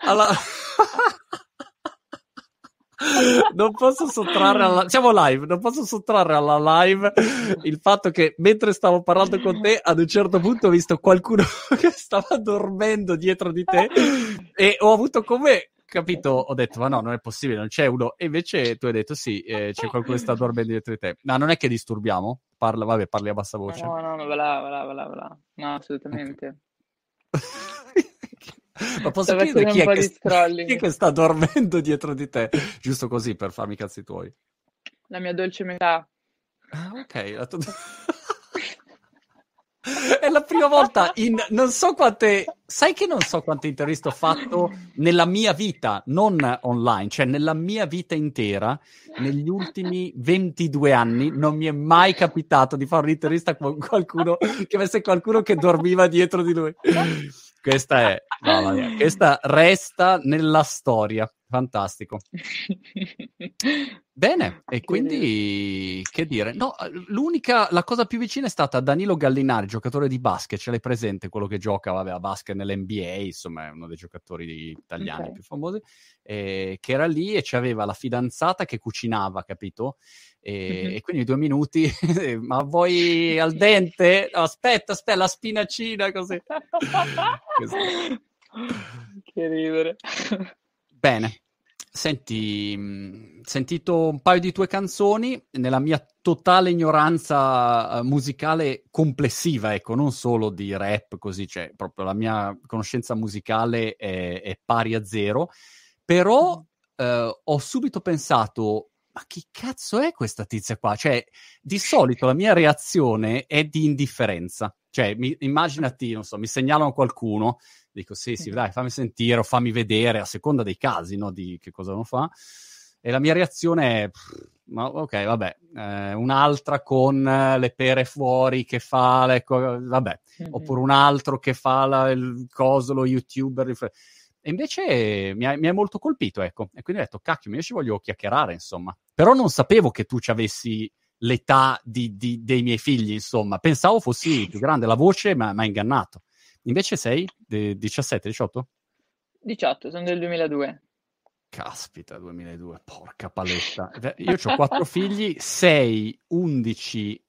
Allora... non posso sottrarre siamo live, non posso sottrarre alla live il fatto che mentre stavo parlando con te ad un certo punto ho visto qualcuno che stava dormendo dietro di te e ho avuto come capito, ho detto ma no, non è possibile, non c'è uno, e invece tu hai detto sì, c'è qualcuno che sta dormendo dietro di te. No, non è che disturbiamo, vabbè, parli a bassa voce. No, va là. No, assolutamente. Okay. Ma posso Sto chiedere facendo un po' di chi è scrolling. che sta dormendo dietro di te? Giusto così, per farmi i cazzi tuoi. La mia dolce metà. Ah, ok. È la prima volta in non so quante... Sai che non so quante interviste ho fatto nella mia vita, non online, cioè nella mia vita intera, negli ultimi 22 anni, non mi è mai capitato di fare un'intervista con qualcuno che avesse qualcuno che dormiva dietro di lui. Questa è... Mamma mia, questa resta nella storia. Fantastico. Bene, e quindi che dire? No, la cosa più vicina è stata Danilo Gallinari, giocatore di basket, ce l'hai presente? Quello che gioca, vabbè, a basket nell'NBA, insomma, è uno dei giocatori italiani più famosi, che era lì e c'aveva la fidanzata che cucinava, capito? E quindi 2 minuti, ma vuoi al dente? No, aspetta, la spinacina, così. Che ridere. Bene. Senti, sentito un paio di tue canzoni, nella mia totale ignoranza musicale complessiva, ecco, non solo di rap, così, cioè proprio la mia conoscenza musicale è pari a zero, però ho subito pensato, ma chi cazzo è questa tizia qua? Cioè, di solito la mia reazione è di indifferenza, cioè, immaginati, non so, mi segnalano qualcuno, dico sì, dai, fammi sentire o fammi vedere, a seconda dei casi, no, di che cosa uno fa. E la mia reazione è, ma ok, vabbè, un'altra con le pere fuori che fa, vabbè, oppure un altro che fa il coso, lo youtuber. E invece mi è molto colpito, ecco. E quindi ho detto, cacchio, io ci voglio chiacchierare, insomma. Però non sapevo che tu ci avessi l'età dei miei figli, insomma. Pensavo fossi più grande, la voce mi ha ingannato. Invece sei 17, 18? 18, sono del 2002. Caspita, 2002, porca paletta. Io ho 4 figli, 6, 11,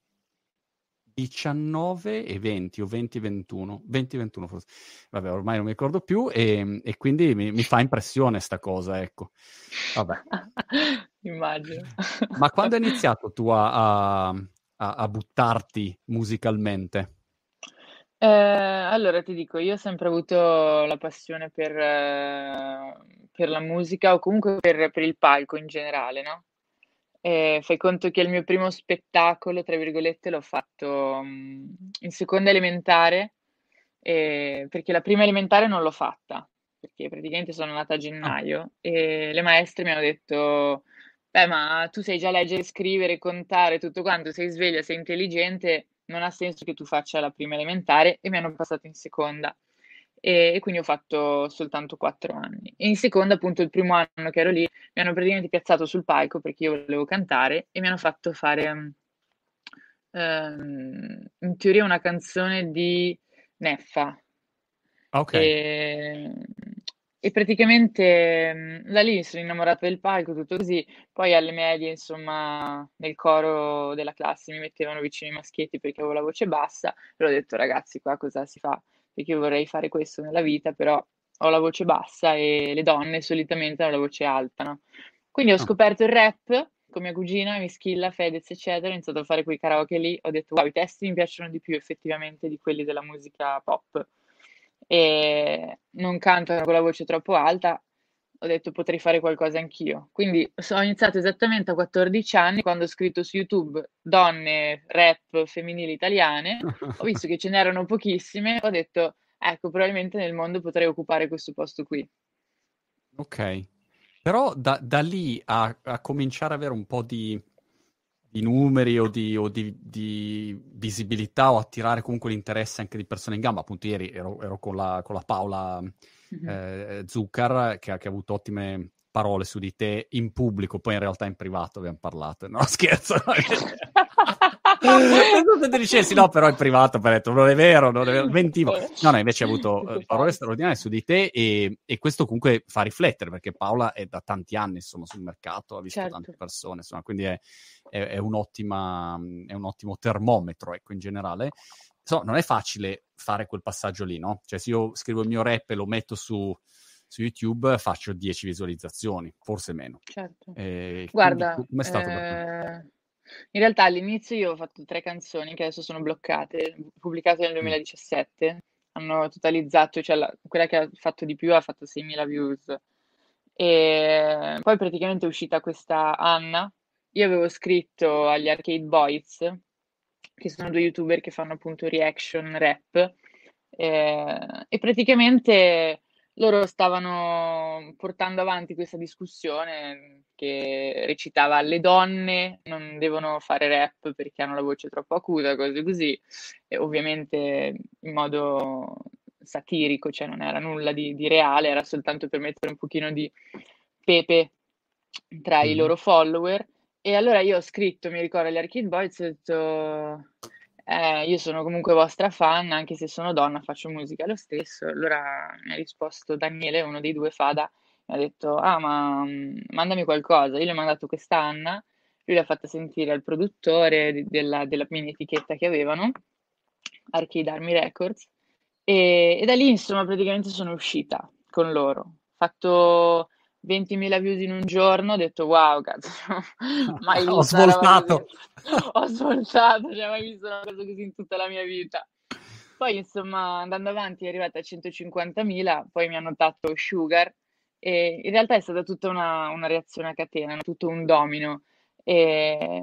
19 e 20, o 20, 21. 20, 21 forse. Vabbè, ormai non mi ricordo più e quindi mi fa impressione sta cosa, ecco. Vabbè. Immagino. Ma quando hai iniziato tu a buttarti musicalmente? Allora ti dico, io ho sempre avuto la passione per la musica o comunque per il palco in generale, no? Fai conto che il mio primo spettacolo, tra virgolette, l'ho fatto in seconda elementare, perché la prima elementare non l'ho fatta, perché praticamente sono nata a Ah, gennaio e le maestre mi hanno detto, beh, ma tu sai già leggere, scrivere, contare, tutto quanto, sei sveglia, sei intelligente, non ha senso che tu faccia la prima elementare e mi hanno passato in seconda. E quindi ho fatto soltanto 4 anni. E in seconda, appunto, il primo anno che ero lì, mi hanno praticamente piazzato sul palco perché io volevo cantare e mi hanno fatto fare, in teoria, una canzone di Neffa. ok. E, e praticamente da lì mi sono innamorata del palco, tutto così. Poi alle medie, insomma, nel coro della classe mi mettevano vicino i maschietti perché avevo la voce bassa. E ho detto, ragazzi, qua cosa si fa? Perché io vorrei fare questo nella vita, però ho la voce bassa e le donne solitamente hanno la voce alta, no? Quindi ho Ah. scoperto il rap con mia cugina, Mischilla, Fedez, eccetera. Ho iniziato a fare quei karaoke lì. Ho detto, wow, i testi mi piacciono di più effettivamente di quelli della musica pop e non canto con la voce troppo alta, ho detto potrei fare qualcosa anch'io. Quindi ho iniziato esattamente a 14 anni quando ho scritto su YouTube donne rap femminili italiane, ho visto che ce n'erano pochissime, ho detto ecco, probabilmente nel mondo potrei occupare questo posto qui. Ok. Però da lì a cominciare ad avere un po' di numeri o di visibilità o attirare comunque l'interesse anche di persone in gamba. Appunto ieri ero con la Paola Mhm. Zuccar che ha avuto ottime parole su di te in pubblico, poi in realtà in privato abbiamo parlato. No, scherzo. Pensavo che dicessi no, però è privato, per detto, non è vero, mentivo. No, invece ha avuto parole straordinarie su di te e questo comunque fa riflettere, perché Paola è da tanti anni, insomma, sul mercato, ha visto tante persone, insomma, quindi è un ottimo termometro, ecco, in generale. Non è facile fare quel passaggio lì, no? Cioè, se io scrivo il mio rap e lo metto su YouTube, faccio 10 visualizzazioni, forse meno. Certo. Quindi, Guarda, com'è stato per te? in realtà all'inizio io ho fatto 3 canzoni che adesso sono bloccate, pubblicate nel 2017. Hanno totalizzato, cioè quella che ha fatto di più ha fatto 6.000 views. E poi praticamente è uscita questa Anna. Io avevo scritto agli Arcade Boys, che sono 2 youtuber che fanno appunto reaction rap, e praticamente loro stavano portando avanti questa discussione che recitava: le donne non devono fare rap perché hanno la voce troppo acuta, cose così, e ovviamente in modo satirico, cioè non era nulla di reale, era soltanto per mettere un pochino di pepe tra i loro follower. E allora io ho scritto, mi ricordo, agli Arcade Boys, ho detto: io sono comunque vostra fan, anche se sono donna, faccio musica lo stesso. Allora mi ha risposto Daniele, uno dei due Fada, mi ha detto: ah, ma mandami qualcosa. Io gli ho mandato questa Anna, lui l'ha fatta sentire al produttore della mini etichetta che avevano, Arcade Army Records, e da lì insomma praticamente sono uscita con loro. Ho fatto 20.000 views in un giorno, ho detto wow, cazzo, mai Ho vista una roba così. svoltato. Ho svoltato, cioè mai visto una cosa così in tutta la mia vita. Poi insomma andando avanti è arrivata a 150.000, poi mi hanno dato Sugar e in realtà è stata tutta una reazione a catena, no? Tutto un domino. E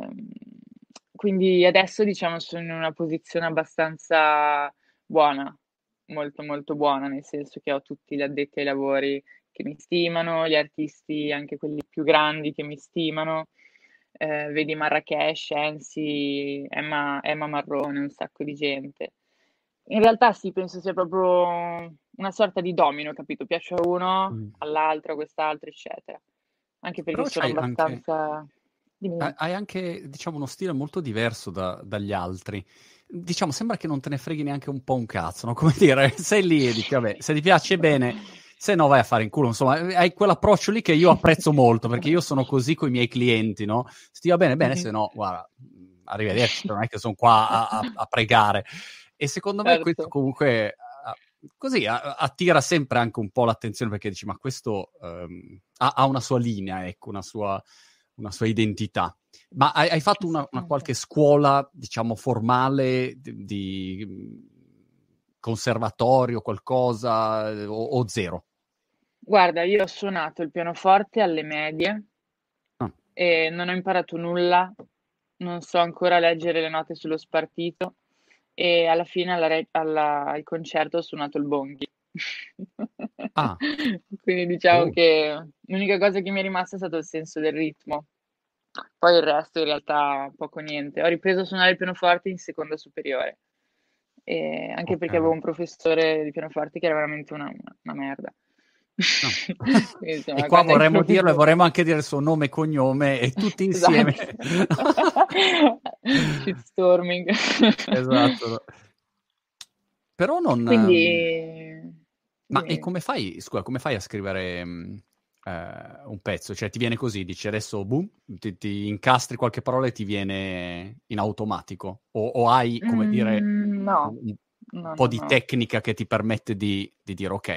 quindi adesso diciamo sono in una posizione abbastanza buona, molto molto buona, nel senso che ho tutti gli addetti ai lavori che mi stimano, gli artisti, anche quelli più grandi che mi stimano. Vedi Marrakesh, Enzi, Emma Marrone, un sacco di gente. In realtà sì, penso sia proprio una sorta di domino, capito? Piace a uno, all'altro, a quest'altro, eccetera. Anche perché Però sono c'hai anche, abbastanza... Dimmi. hai anche, diciamo, uno stile molto diverso dagli altri. Diciamo, sembra che non te ne freghi neanche un po' un cazzo, no? Come dire, sei lì e dici, vabbè, se ti piace bene, se no vai a fare in culo. Insomma, hai quell'approccio lì che io apprezzo molto, perché io sono così con i miei clienti, no? Se ti va bene, bene, se no, guarda, arrivederci, non è che sono qua a pregare. E secondo me questo Certo. comunque così attira sempre anche un po' l'attenzione, perché dici, ma questo ha una sua linea, ecco, una sua identità. Ma hai fatto una qualche scuola, diciamo, formale di conservatorio, qualcosa, o zero? Guarda, io ho suonato il pianoforte alle medie Ah. e non ho imparato nulla, non so ancora leggere le note sullo spartito e alla fine al concerto ho suonato il bonghi. Ah. Quindi diciamo Oh. che l'unica cosa che mi è rimasta è stato il senso del ritmo. Poi il resto in realtà poco niente. Ho ripreso a suonare il pianoforte in seconda superiore, anche perché avevo Ok. un professore di pianoforte che era veramente una merda. No. Quindi, E insomma, qua quando hai vorremmo dirlo e capito... vorremmo anche dire il suo nome e cognome e tutti insieme. Esatto. Shitstorming. Esatto. Però non... Quindi, Ma e dimmi. come fai, scusa, come fai a scrivere un pezzo? Cioè ti viene così, dici adesso boom, ti incastri qualche parola e ti viene in automatico? O hai, come dire, No, un no, po' no, di no. tecnica che ti permette di dire ok,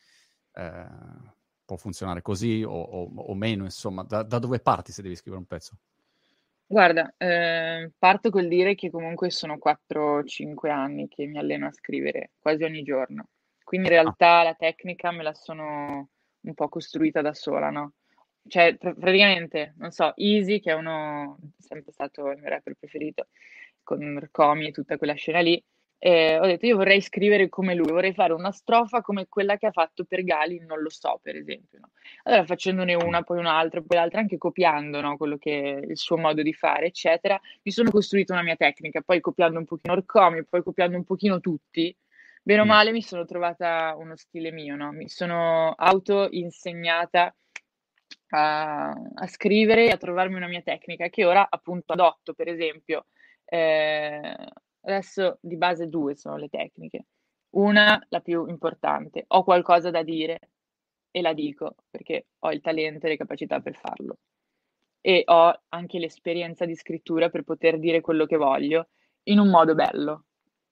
può funzionare così o meno, insomma. Da dove parti se devi scrivere un pezzo? Guarda, parto col dire che comunque sono 4-5 anni che mi alleno a scrivere quasi ogni giorno. Quindi in Ah, realtà la tecnica me la sono un po' costruita da sola, no? Cioè, praticamente, non so, Easy, che è uno, sempre stato il mio rapper preferito, con Rcomi e tutta quella scena lì, ho detto io vorrei scrivere come lui, vorrei fare una strofa come quella che ha fatto per Gali, non lo so, per esempio, no? Allora facendone una, poi un'altra, poi l'altra, anche copiando, no, quello che è il suo modo di fare, eccetera, mi sono costruita una mia tecnica, poi copiando un pochino Rcomi, poi copiando un pochino tutti, bene o mm, male mi sono trovata uno stile mio, no? Mi sono auto-insegnata a scrivere e a trovarmi una mia tecnica che ora appunto adotto, per esempio. Adesso di base due sono le tecniche. Una, la più importante, ho qualcosa da dire e la dico perché ho il talento e le capacità per farlo. E ho anche l'esperienza di scrittura per poter dire quello che voglio in un modo bello.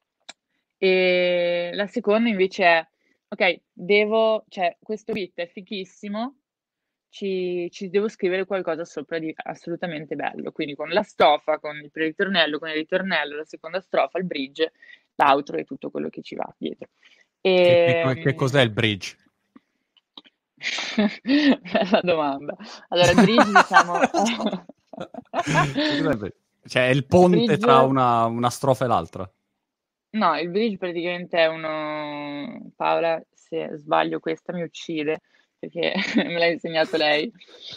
E la seconda invece è, ok, cioè, questo beat è fighissimo, ci devo scrivere qualcosa sopra di assolutamente bello, quindi con la strofa, con il pre-ritornello, con il ritornello, la seconda strofa, il bridge, l'outro e tutto quello che ci va dietro. Che cos'è il bridge? Bella domanda. Allora, il bridge, diciamo... Cioè, è il ponte bridge... tra una strofa e l'altra? No, il bridge praticamente è uno... Paola, se sbaglio questa mi uccide, perché me l'ha insegnato lei.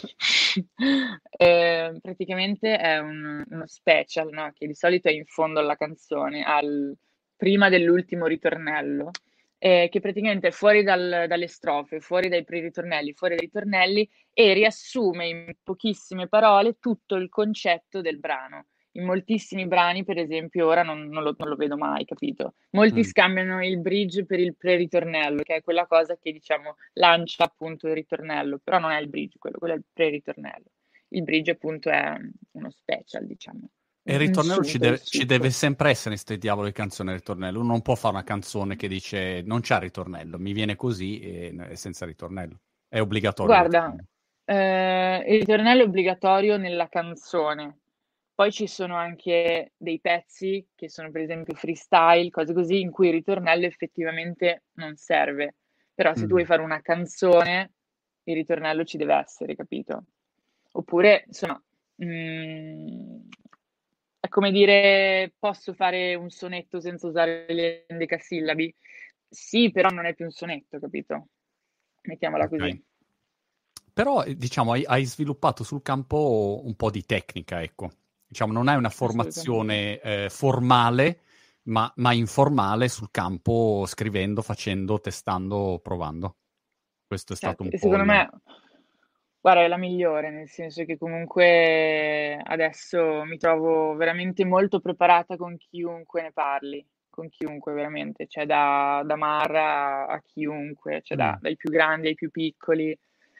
Praticamente è uno special, no? Che di solito è in fondo alla canzone, prima dell'ultimo ritornello, che praticamente è fuori dalle strofe, fuori dai pre-ritornelli, fuori dai ritornelli, e riassume in pochissime parole tutto il concetto del brano. In moltissimi brani, per esempio, ora non lo vedo mai, capito? Molti scambiano il bridge per il pre-ritornello, che è quella cosa che, diciamo, lancia appunto il ritornello, però non è il bridge, quello è il pre-ritornello. Il bridge appunto è uno special, diciamo. E il ritornello ci succo. deve sempre essere in ste diavolo di canzone il ritornello. Uno non può fare una canzone che dice non c'ha ritornello, mi viene così e senza ritornello. È obbligatorio. Guarda, il ritornello è obbligatorio nella canzone. Poi ci sono anche dei pezzi che sono per esempio freestyle, cose così, in cui il ritornello effettivamente non serve. Però se tu vuoi fare una canzone, il ritornello ci deve essere, capito? Oppure, insomma, è come dire, posso fare un sonetto senza usare le endecasillabi? Sì, però non è più un sonetto, capito? Mettiamola Okay. così. Però, diciamo, hai sviluppato sul campo un po' di tecnica, ecco. Diciamo, non hai una formazione formale, ma informale sul campo, scrivendo, facendo, testando, provando. Questo è stato Certo, un e po' secondo me, guarda, è la migliore, nel senso che comunque adesso mi trovo veramente molto preparata con chiunque ne parli, con chiunque veramente, cioè da Marra a chiunque, cioè dai più grandi ai più piccoli.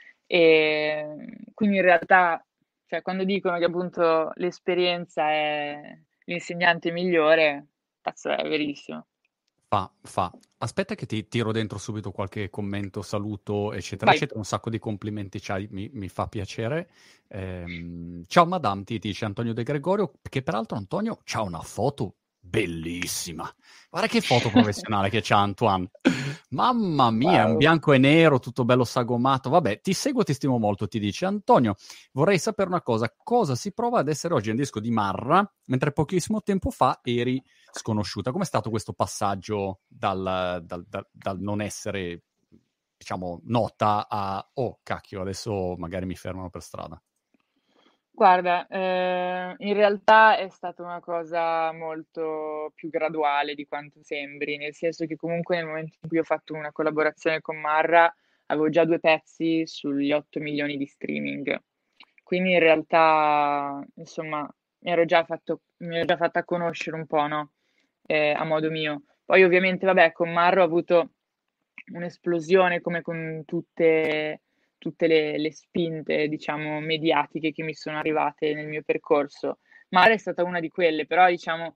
E quindi in realtà, cioè, quando dicono che appunto l'esperienza è l'insegnante migliore, cazzo, è verissimo. Fa. Aspetta che ti tiro dentro subito qualche commento, saluto, eccetera, Vai. eccetera. Un sacco di complimenti, mi fa piacere. Ciao Madame, ti dice Antonio De Gregorio, che peraltro Antonio c'ha una foto bellissima. Guarda che foto professionale che c'ha Antoine. Mamma mia, è un Wow. bianco e nero, tutto bello sagomato. Vabbè, ti seguo, ti stimo molto, ti dice Antonio. Vorrei sapere una cosa si prova ad essere oggi un disco di Marra, mentre pochissimo tempo fa eri sconosciuta. Com'è stato questo passaggio dal non essere, diciamo, nota a oh, cacchio, adesso magari mi fermano per strada? Guarda, in realtà è stata una cosa molto più graduale di quanto sembri, nel senso che comunque nel momento in cui ho fatto una collaborazione con Marra avevo già 2 pezzi sugli 8 milioni di streaming. Quindi in realtà, insomma, mi ero già fatta conoscere un po', no? A modo mio. Poi ovviamente, vabbè, con Marra ho avuto un'esplosione come con tutte le spinte, diciamo, mediatiche che mi sono arrivate nel mio percorso. Mara è stata una di quelle, però diciamo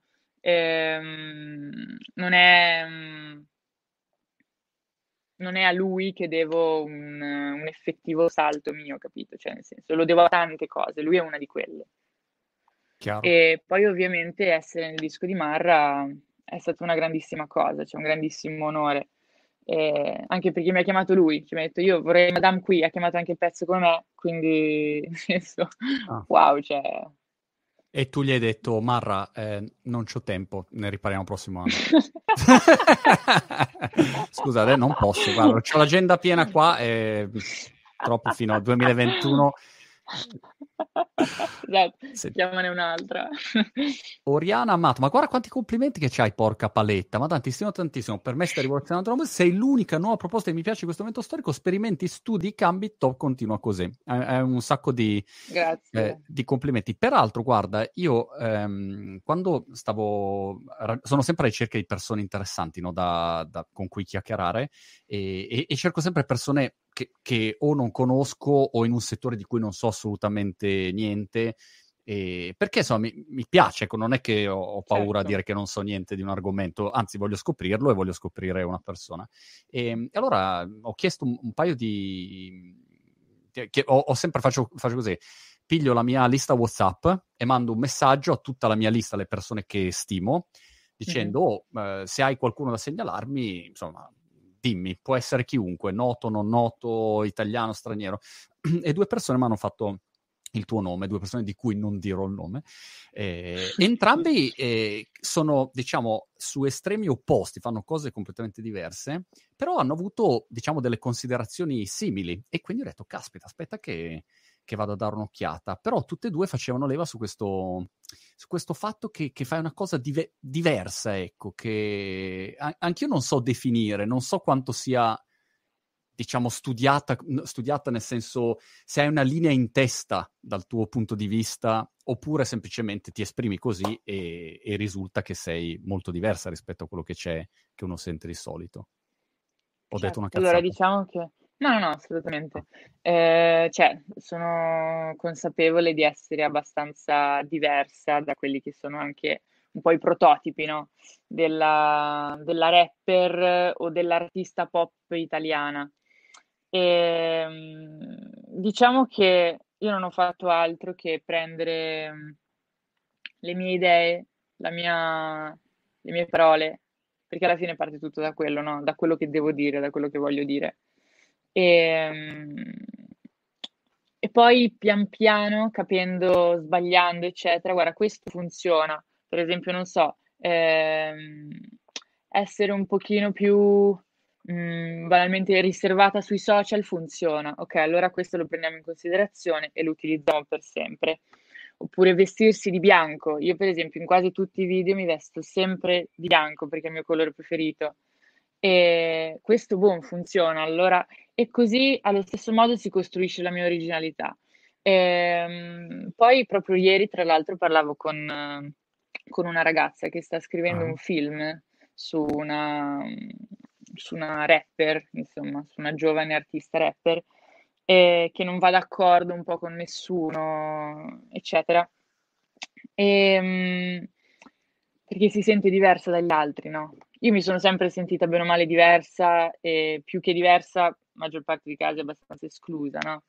non è a lui che devo un effettivo salto mio, capito? Cioè, nel senso, lo devo a tante cose, lui è una di quelle. Chiaro. E poi ovviamente essere nel disco di Marra è stata una grandissima cosa, cioè un grandissimo onore. Anche perché mi ha chiamato lui, cioè mi ha detto io vorrei Madame qui, ha chiamato anche il pezzo come me, quindi nel senso, Ah. wow, cioè... E tu gli hai detto, Marra, non c'ho tempo, ne ripariamo prossimo anno. Scusate, non posso, guarda, c'ho l'agenda piena qua e troppo fino al 2021 Esatto, Sì. chiamane un'altra. Oriana Amato, ma guarda quanti complimenti che c'hai, porca paletta, ma tantissimo, tantissimo. Per me stai rivoluzionando la musica, sei l'unica nuova proposta che mi piace in questo momento storico, sperimenti, studi, cambi, top, continua così. È un sacco Grazie. di complimenti. Peraltro, guarda, io quando sono sempre alla ricerca di persone interessanti, no, con cui chiacchierare, e cerco sempre persone che o non conosco o in un settore di cui non so assolutamente niente, perché insomma mi piace, ecco, non è che ho paura a Certo. dire che non so niente di un argomento, anzi voglio scoprirlo e voglio scoprire una persona. E allora ho chiesto un paio che ho sempre faccio così, piglio la mia lista WhatsApp e mando un messaggio a tutta la mia lista, alle persone che stimo, dicendo se hai qualcuno da segnalarmi, insomma, dimmi, può essere chiunque, noto, non noto, italiano, straniero. E 2 persone mi hanno fatto il tuo nome, 2 persone di cui non dirò il nome. Entrambi sono, diciamo, su estremi opposti, fanno cose completamente diverse, però hanno avuto, diciamo, delle considerazioni simili. E quindi ho detto, caspita, aspetta che vado a dare un'occhiata. Però tutte e 2 facevano leva su questo fatto che fai una cosa diversa, ecco, che anch'io non so definire, non so quanto sia, diciamo, studiata nel senso, se hai una linea in testa dal tuo punto di vista, oppure semplicemente ti esprimi così e risulta che sei molto diversa rispetto a quello che uno sente di solito. Ho detto una Certo, allora cazzata. diciamo che no, no, assolutamente. Cioè, sono consapevole di essere abbastanza diversa da quelli che sono anche un po' i prototipi, no? Della rapper o dell'artista pop italiana. Diciamo che io non ho fatto altro che prendere le mie idee, le mie parole, perché alla fine parte tutto da quello, no? Da quello che devo dire, da quello che voglio dire. E, e poi pian piano, capendo, sbagliando, eccetera, guarda, questo funziona. Per esempio, non so, essere un pochino più banalmente riservata sui social funziona. Ok, allora questo lo prendiamo in considerazione e lo utilizziamo per sempre. Oppure vestirsi di bianco. Io, per esempio, in quasi tutti i video mi vesto sempre di bianco perché è il mio colore preferito. E questo, boom, funziona. Allora, e così allo stesso modo si costruisce la mia originalità. Poi proprio ieri, tra l'altro, parlavo con una ragazza che sta scrivendo Ah. un film su su una rapper, insomma, su una giovane artista rapper, che non va d'accordo un po' con nessuno, eccetera. Ehm, Perché si sente diversa dagli altri, no? Io mi sono sempre sentita bene o male diversa e più che diversa, maggior parte dei casi abbastanza esclusa, no?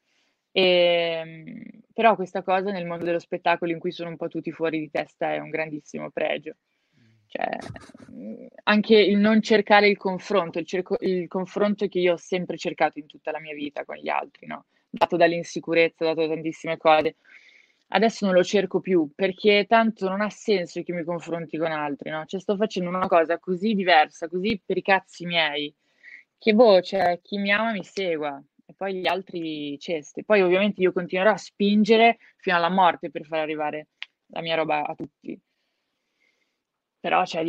Però questa cosa nel mondo dello spettacolo in cui sono un po' tutti fuori di testa è un grandissimo pregio. Cioè, anche il non cercare il confronto, il confronto che io ho sempre cercato in tutta la mia vita con gli altri, no? Dato dall'insicurezza, dato da tantissime cose. Adesso non lo cerco più perché tanto non ha senso che mi confronti con altri, no? Cioè, sto facendo una cosa così diversa, così per i cazzi miei, che boh, cioè, chi mi ama mi segua e poi gli altri cesti. Poi ovviamente io continuerò a spingere fino alla morte per far arrivare la mia roba a tutti. Però, cioè,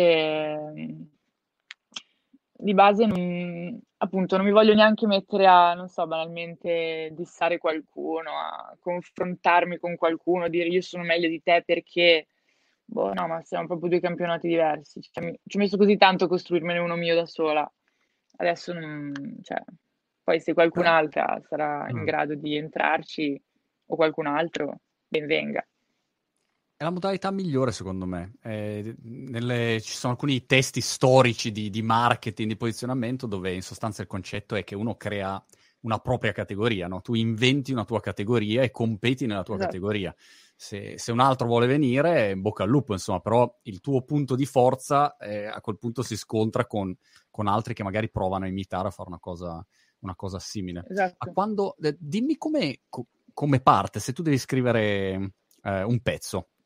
di base appunto, non mi voglio neanche mettere a, non so, banalmente dissare qualcuno, a confrontarmi con qualcuno, dire io sono meglio di te perché, boh, no, ma siamo proprio due campionati diversi. Cioè, ci ho messo così tanto a costruirmene uno mio da sola. Adesso non, cioè, poi se Però, qualcun'altra sarà in mm. grado di entrarci o qualcun altro, ben venga. È la modalità migliore, secondo me. Ci sono alcuni testi storici di marketing, di posizionamento, dove in sostanza il concetto è che uno crea una propria categoria, no? Tu inventi una tua categoria e competi nella tua Esatto, categoria. Se un altro vuole venire, in bocca al lupo, insomma, però il tuo punto di forza a quel punto si scontra con altri che magari provano a imitare, a fare una cosa simile. Ma esatto. dimmi come parte, se tu devi scrivere un pezzo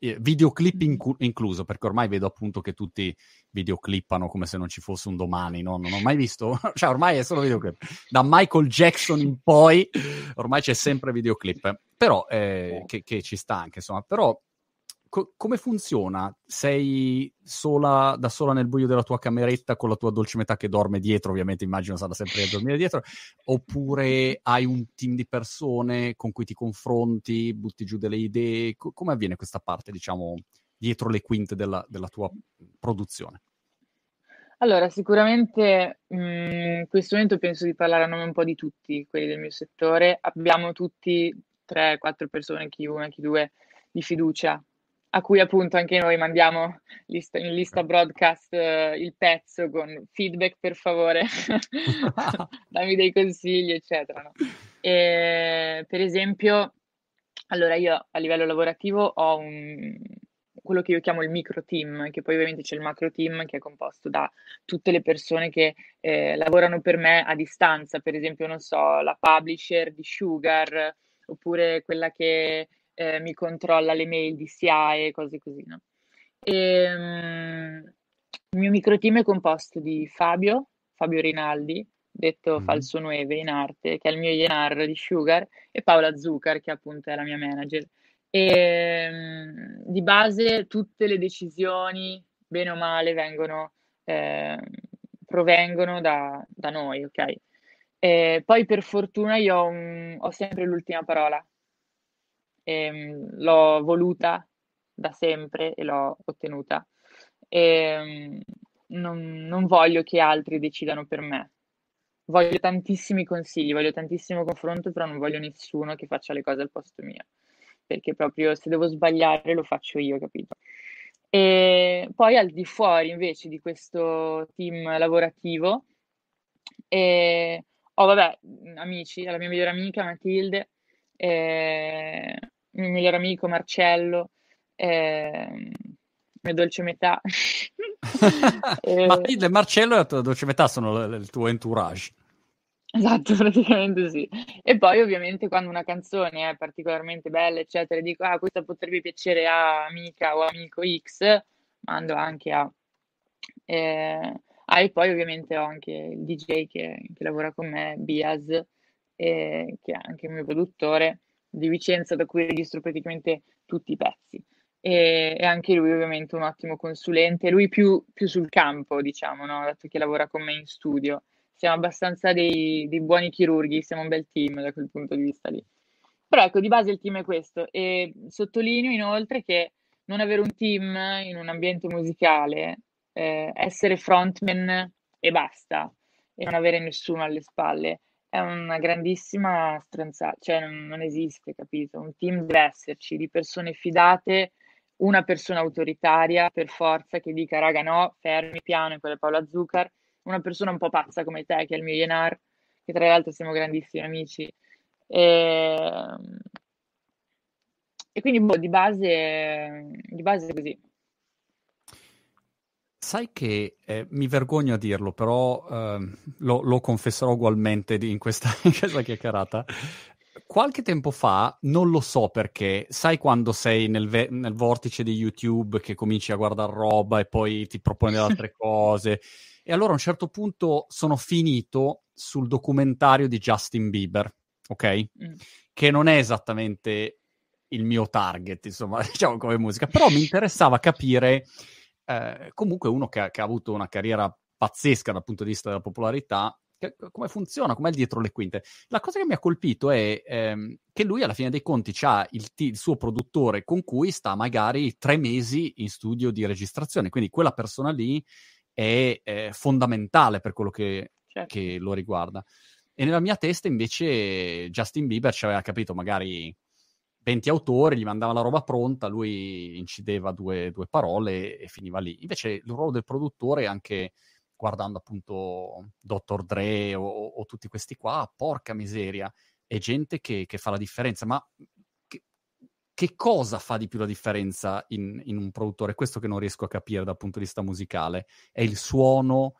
videoclip incluso, perché ormai vedo appunto che tutti videoclippano come se non ci fosse un domani, no? Non ho mai visto, cioè ormai è solo videoclip. Da Michael Jackson in poi, ormai c'è sempre videoclip. Però, che ci sta anche, insomma. Però, come funziona? Sei da sola nel buio della tua cameretta con la tua dolce metà che dorme dietro, ovviamente immagino sarà sempre a dormire dietro, oppure hai un team di persone con cui ti confronti, butti giù delle idee? Come avviene questa parte, diciamo, dietro le quinte della tua produzione? Allora, sicuramente in questo momento penso di parlare a nome un po' di tutti quelli del mio settore. Abbiamo tutti 3-4 persone, chi una, chi due, di fiducia, a cui appunto anche noi mandiamo in lista broadcast il pezzo con feedback per favore, dammi dei consigli, eccetera. No? Per esempio, allora io a livello lavorativo ho quello che io chiamo il micro team, che poi ovviamente c'è il macro team che è composto da tutte le persone che lavorano per me a distanza, per esempio, non so, la publisher di Sugar, oppure quella che mi controlla le mail di SIAE, cose così, no? Il mio micro team è composto di Fabio Rinaldi, detto Falso Nueve in arte, che è il mio INR di Sugar, e Paola Zucar, che appunto è la mia manager. Di base tutte le decisioni, bene o male, provengono da noi, ok? Poi per fortuna io ho sempre l'ultima parola. L'ho voluta da sempre e l'ho ottenuta. Non voglio che altri decidano per me. Voglio tantissimi consigli, voglio tantissimo confronto, però non voglio nessuno che faccia le cose al posto mio, perché proprio se devo sbagliare lo faccio io, capito? E poi al di fuori invece di questo team lavorativo, ho vabbè, amici, la mia migliore amica Matilde, il mio migliore amico Marcello, mia dolce metà. Matilde e Marcello e la tua dolce metà sono il tuo entourage. Esatto, praticamente sì. E poi ovviamente quando una canzone è particolarmente bella, eccetera, e dico, questa potrebbe piacere a amica o amico X, mando anche a... e poi ovviamente ho anche il DJ che lavora con me, Bias, che è anche il mio produttore di Vicenza, da cui registro praticamente tutti i pezzi. E anche lui ovviamente un ottimo consulente, lui più sul campo, diciamo, no? Dato che lavora con me in studio. Siamo abbastanza dei buoni chirurghi, siamo un bel team da quel punto di vista lì. Però ecco, di base il team è questo. E sottolineo inoltre che non avere un team in un ambiente musicale, essere frontman e basta, e non avere nessuno alle spalle, è una grandissima stronzata, cioè non esiste, capito? Un team deve esserci di persone fidate, una persona autoritaria per forza che dica raga no, fermi piano, e quella è Paola Zucar, una persona un po' pazza come te, che è il mio Yenar, che tra l'altro siamo grandissimi amici. E, e quindi boh, di base è così. Sai che mi vergogno a dirlo, però lo confesserò ugualmente in questa chiacchierata. Qualche tempo fa, non lo so perché, sai quando sei nel vortice di YouTube che cominci a guardare roba e poi ti propone altre cose? E allora a un certo punto sono finito sul documentario di Justin Bieber, ok? Che non è esattamente il mio target, insomma, diciamo come musica, però mi interessava capire comunque uno che ha avuto una carriera pazzesca dal punto di vista della popolarità, come funziona, com'è il dietro le quinte. La cosa che mi ha colpito è che lui alla fine dei conti ha il suo produttore con cui sta magari 3 mesi in studio di registrazione, quindi quella persona lì è fondamentale per quello che lo riguarda. E nella mia testa invece Justin Bieber ci aveva capito magari 20 autori, gli mandava la roba pronta, lui incideva due parole e finiva lì. Invece il ruolo del produttore, anche guardando appunto Dr. Dre o tutti questi qua, porca miseria, è gente che fa la differenza. Ma che cosa fa di più la differenza in un produttore? Questo che non riesco a capire dal punto di vista musicale. È il suono,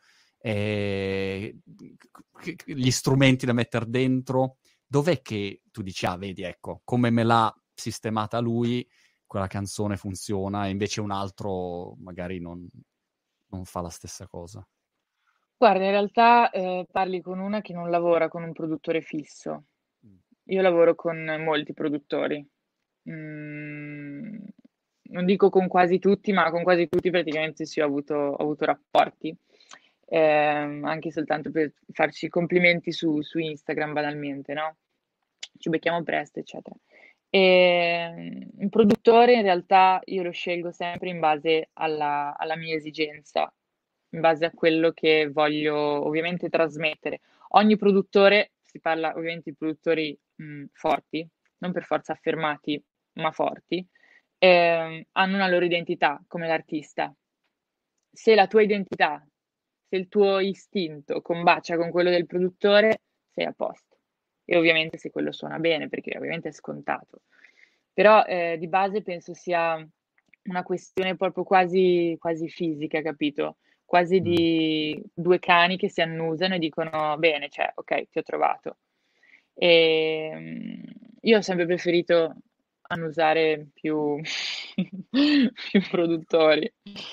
gli strumenti da mettere dentro. Dov'è che tu dici, vedi, ecco, come me l'ha sistemata lui, quella canzone funziona e invece un altro magari non fa la stessa cosa. Guarda, in realtà parli con una che non lavora con un produttore fisso. Io lavoro con molti produttori. Mm, non dico con quasi tutti, ma con quasi tutti praticamente sì, ho avuto rapporti. Anche soltanto per farci complimenti su Instagram banalmente, no? Ci becchiamo presto, eccetera. Un produttore in realtà io lo scelgo sempre in base alla mia esigenza, in base a quello che voglio ovviamente trasmettere. Ogni produttore, si parla ovviamente di produttori forti, non per forza affermati, ma forti, hanno una loro identità come l'artista. Se la tua identità, se il tuo istinto combacia con quello del produttore, sei a posto. E ovviamente se quello suona bene, perché ovviamente è scontato. Però di base penso sia una questione proprio quasi, quasi fisica, capito? Quasi Mm. di due cani che si annusano e dicono bene, cioè, ok, ti ho trovato. E, io ho sempre preferito annusare più, più produttori.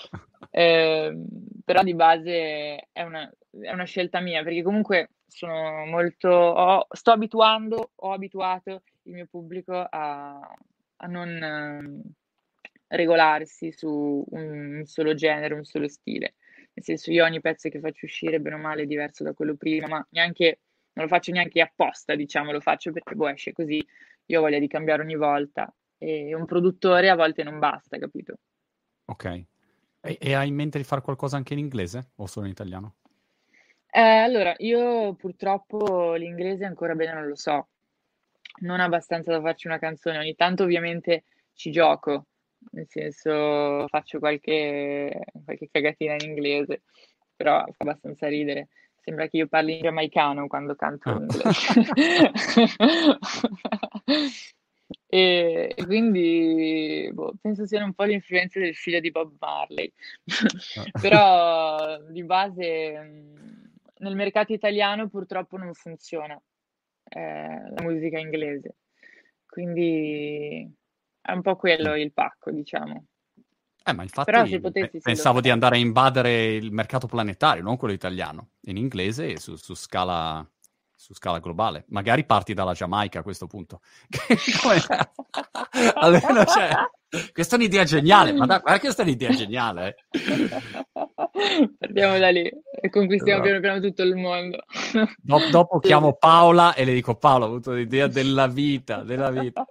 Però di base è una scelta mia, perché comunque sono molto, ho abituato il mio pubblico a non regolarsi su un solo genere, un solo stile. Nel senso, io ogni pezzo che faccio uscire, bene o male, è diverso da quello prima, ma neanche, non lo faccio neanche apposta, diciamo, lo faccio perché boh, esce così, io ho voglia di cambiare ogni volta. E un produttore a volte non basta, capito? Ok. E hai in mente di fare qualcosa anche in inglese o solo in italiano? Allora, io purtroppo l'inglese ancora bene non lo so, non abbastanza da farci una canzone, ogni tanto ovviamente ci gioco, nel senso faccio qualche cagatina in inglese, però fa abbastanza ridere. Sembra che io parli in giamaicano quando canto Ah. in inglese. E quindi boh, penso siano un po' le influenze del figlio di Bob Marley. Però di base nel mercato italiano purtroppo non funziona la musica inglese. Quindi è un po' quello il pacco, diciamo. Ma Però se infatti potessi sì, lo pensavo di farei. andare a invadere il mercato planetario, non quello italiano, in inglese e su scala globale. Magari parti dalla Giamaica a questo punto. Almeno c'è. Questa è un'idea geniale, ma guarda che questa è un'idea geniale. Partiamo da lì e conquistiamo Esatto. piano piano tutto il mondo. Dopo Sì, chiamo sì, sì. Paola e le dico: Paola, ho avuto l'idea della vita, della vita.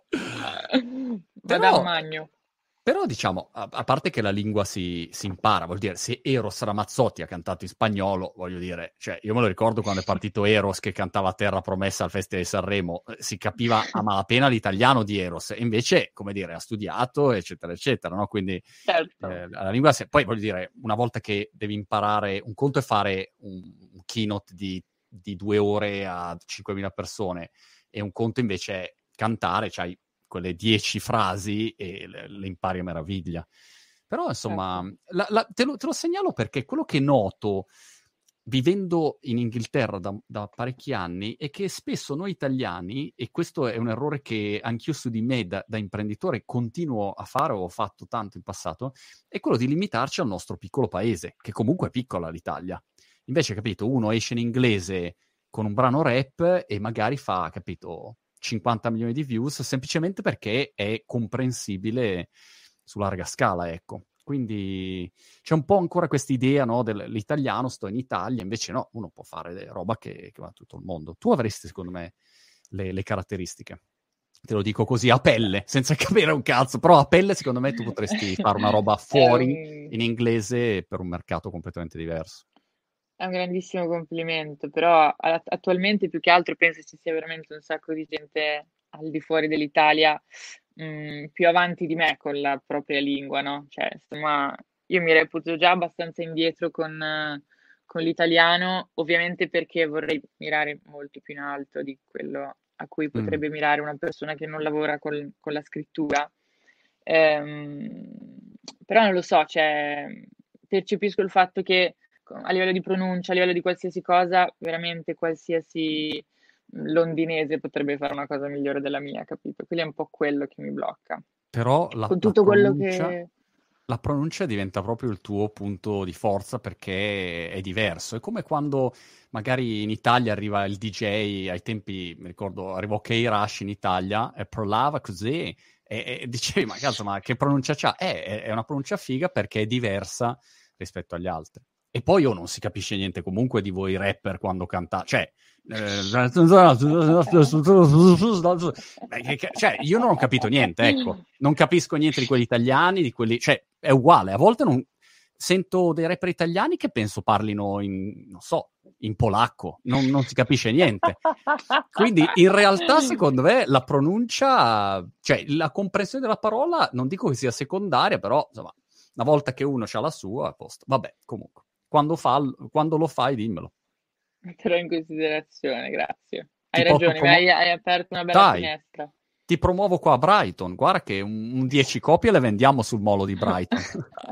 Madame Però, Magno. però diciamo, a parte che la lingua si impara, vuol dire, se Eros Ramazzotti ha cantato in spagnolo, voglio dire, cioè, io me lo ricordo quando è partito Eros che cantava Terra Promessa al Festival di Sanremo, si capiva a malapena l'italiano di Eros, e invece, come dire, ha studiato, eccetera, eccetera, no? Quindi Certo. la lingua, poi voglio dire, una volta che devi imparare, un conto è fare un keynote di 2 ore a 5.000 persone, e un conto invece è cantare, c'hai quelle 10 frasi e le impari a meraviglia. Però, insomma, Certo. te lo segnalo perché quello che noto vivendo in Inghilterra da parecchi anni è che spesso noi italiani, e questo è un errore che anch'io su di me da imprenditore continuo a fare, o ho fatto tanto in passato, è quello di limitarci al nostro piccolo paese, che comunque è piccola l'Italia. Invece, capito, uno esce in inglese con un brano rap e magari fa, capito, 50 milioni di views semplicemente perché è comprensibile su larga scala, ecco. Quindi c'è un po' ancora questa idea, no, dell'italiano, sto in Italia, invece no, uno può fare roba che va a tutto il mondo. Tu avresti, secondo me, le caratteristiche. Te lo dico così a pelle, senza capire un cazzo, però a pelle secondo me tu potresti fare una roba È fuori un, in inglese per un mercato completamente diverso. è un grandissimo complimento, però attualmente più che altro penso ci sia veramente un sacco di gente al di fuori dell'Italia più avanti di me con la propria lingua, no? Cioè, insomma, io mi reputo già abbastanza indietro con l'italiano, ovviamente perché vorrei mirare molto più in alto di quello a cui Mm. potrebbe mirare una persona che non lavora con la scrittura. Ehm, Però non lo so, cioè, percepisco il fatto che a livello di pronuncia, a livello di qualsiasi cosa, veramente qualsiasi londinese potrebbe fare una cosa migliore della mia, capito? Quindi è un po' quello che mi blocca. Però Con tutto quello che... la pronuncia diventa proprio il tuo punto di forza perché è diverso. È come quando magari in Italia arriva il DJ, ai tempi, mi ricordo, arrivò K-Rush in Italia e parlava così e dicevi, ma cazzo, ma che pronuncia c'ha? È una pronuncia figa perché è diversa rispetto agli altri. E poi non si capisce niente comunque di voi rapper quando cantate, cioè, io non ho capito niente, ecco, non capisco niente di quelli italiani, di quelli, cioè, è uguale, a volte non sento dei rapper italiani che penso parlino in, non so, in polacco, non si capisce niente. Quindi, in realtà, secondo me, la pronuncia, cioè, la comprensione della parola, non dico che sia secondaria, però, insomma, una volta che uno ha la sua, a posto. Vabbè, comunque, quando lo fai, dimmelo. Metterò in considerazione, grazie. Ti Hai posso ragione, hai aperto una bella Dai, finestra. ti promuovo qua a Brighton. Guarda che un 10 copie le vendiamo sul molo di Brighton.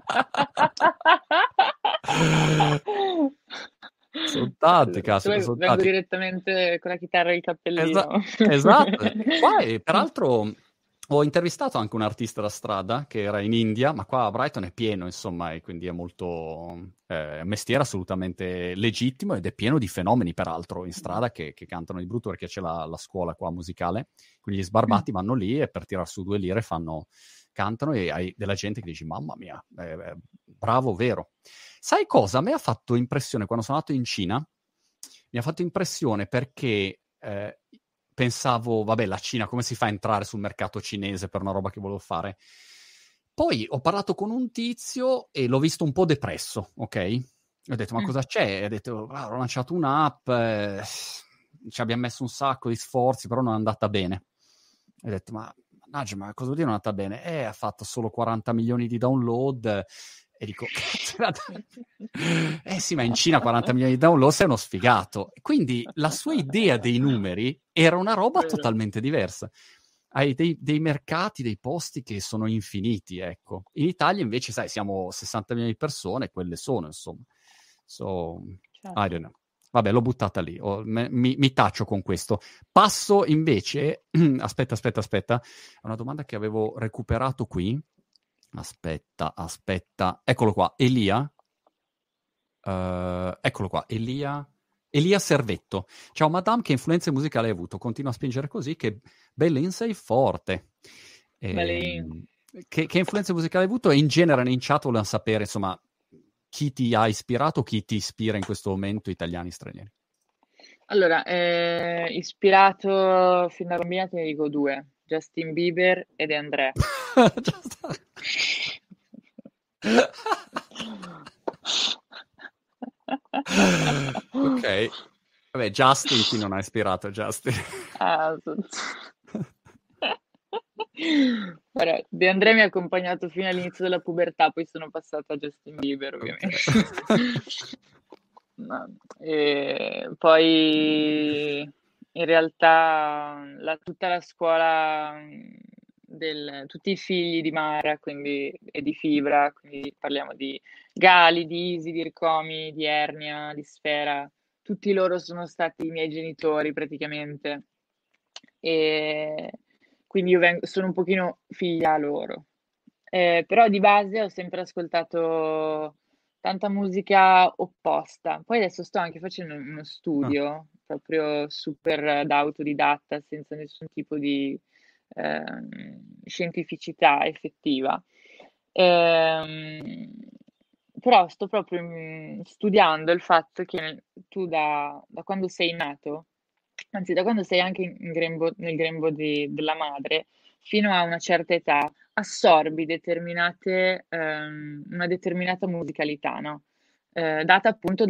Sono tante, caspita, sono Vengo tanti. direttamente con la chitarra e il cappellino. Esatto. Qua, peraltro, ho intervistato anche un artista da strada che era in India, ma qua a Brighton è pieno, insomma, e quindi è molto... è un mestiere assolutamente legittimo ed è pieno di fenomeni, peraltro, in strada che cantano di brutto perché c'è la scuola qua musicale, quindi gli sbarbati vanno lì e per tirar su 2 lire cantano e hai della gente che dici, mamma mia, bravo, vero. Sai cosa? A me ha fatto impressione quando sono andato in Cina, mi ha fatto impressione perché pensavo, vabbè, la Cina, come si fa a entrare sul mercato cinese per una roba che volevo fare? Poi ho parlato con un tizio e l'ho visto un po' depresso, ok? E ho detto, ma cosa c'è? E ho detto, ho lanciato un'app, ci abbiamo messo un sacco di sforzi, però non è andata bene. E ho detto, ma mannaggia, ma cosa vuol dire non è andata bene? Ha fatto solo 40 milioni di download. E dico, sì, ma in Cina 40 milioni di download sei uno sfigato. Quindi la sua idea dei numeri era una roba Vero. totalmente diversa. Hai dei mercati, dei posti che sono infiniti, ecco. In Italia invece, sai, siamo 60 milioni di persone, quelle sono, insomma. So, Certo. I don't know. Vabbè, l'ho buttata lì, mi taccio con questo. Passo invece, aspetta, una domanda che avevo recuperato qui. Aspetta, eccolo qua, Elia. Eccolo qua, Elia Servetto. Ciao Madame, che influenze musicali hai avuto? Continua a spingere così, che belle sei forte. Beh, Che influenze musicali hai avuto? E in genere in chat volevo sapere, insomma, chi ti ha ispirato, chi ti ispira in questo momento, italiani, stranieri. allora, ispirato fin da bambina te ne dico due, Justin Bieber ed André. Ok. Vabbè, Justin, chi non ha ispirato Justin? Ah, Guarda, De André mi ha accompagnato fino all'inizio della pubertà, poi sono passata a Justin Bieber, ovviamente. No, e poi in realtà tutta la scuola tutti i figli di Mara e di Fibra, quindi parliamo di Gali, di Isi, di Ircomi, di Ernia, di Sfera, tutti loro sono stati i miei genitori praticamente. E quindi io sono un pochino figlia loro. Però di base ho sempre ascoltato tanta musica opposta. Poi adesso sto anche facendo uno Ah, studio proprio super da autodidatta, senza nessun tipo di scientificità effettiva. Ehm, Però sto proprio studiando il fatto che tu da quando sei nato, anzi da quando sei anche nel grembo della madre, fino a una certa età, assorbi una determinata musicalità, no? Data appunto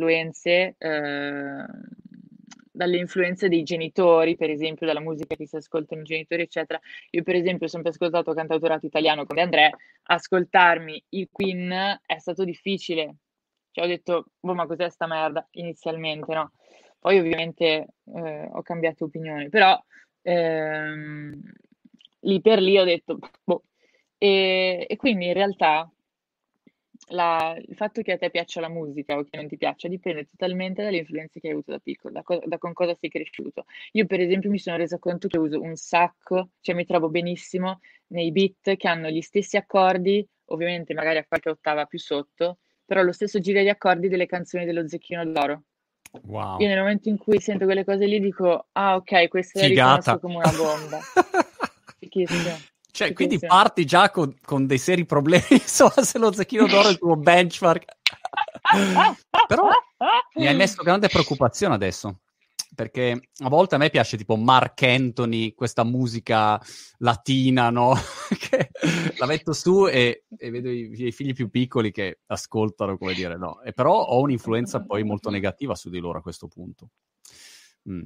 dalle influenze dei genitori, per esempio dalla musica che si ascoltano i genitori, eccetera. Io per esempio ho sempre ascoltato cantautorato italiano come Andrea, ascoltarmi i Queen è stato difficile. Cioè ho detto, boh, ma cos'è sta merda? Inizialmente, no? Poi ovviamente ho cambiato opinione, però ehm, lì per lì ho detto, boh. E quindi in realtà il fatto che a te piaccia la musica o che non ti piaccia dipende totalmente dalle influenze che hai avuto da piccolo, da con cosa sei cresciuto. Io, per esempio, mi sono resa conto che uso un sacco, cioè mi trovo benissimo nei beat che hanno gli stessi accordi, ovviamente magari a qualche ottava più sotto, però lo stesso giro di accordi delle canzoni dello Zecchino d'Oro. Io Wow. nel momento in cui sento quelle cose lì dico, ah ok, questa la riconosco Figata. come una bomba. Fichissimo, Cioè, quindi fichissimo. parti già con dei seri problemi, insomma, se lo Zecchino d'Oro è il tuo benchmark. Però mi hai messo grande preoccupazione adesso, perché a volte a me piace tipo Mark Anthony, questa musica latina, no? Che la metto su e vedo i miei figli più piccoli che ascoltano, come dire, no. E però ho un'influenza poi molto negativa su di loro a questo punto. Mm.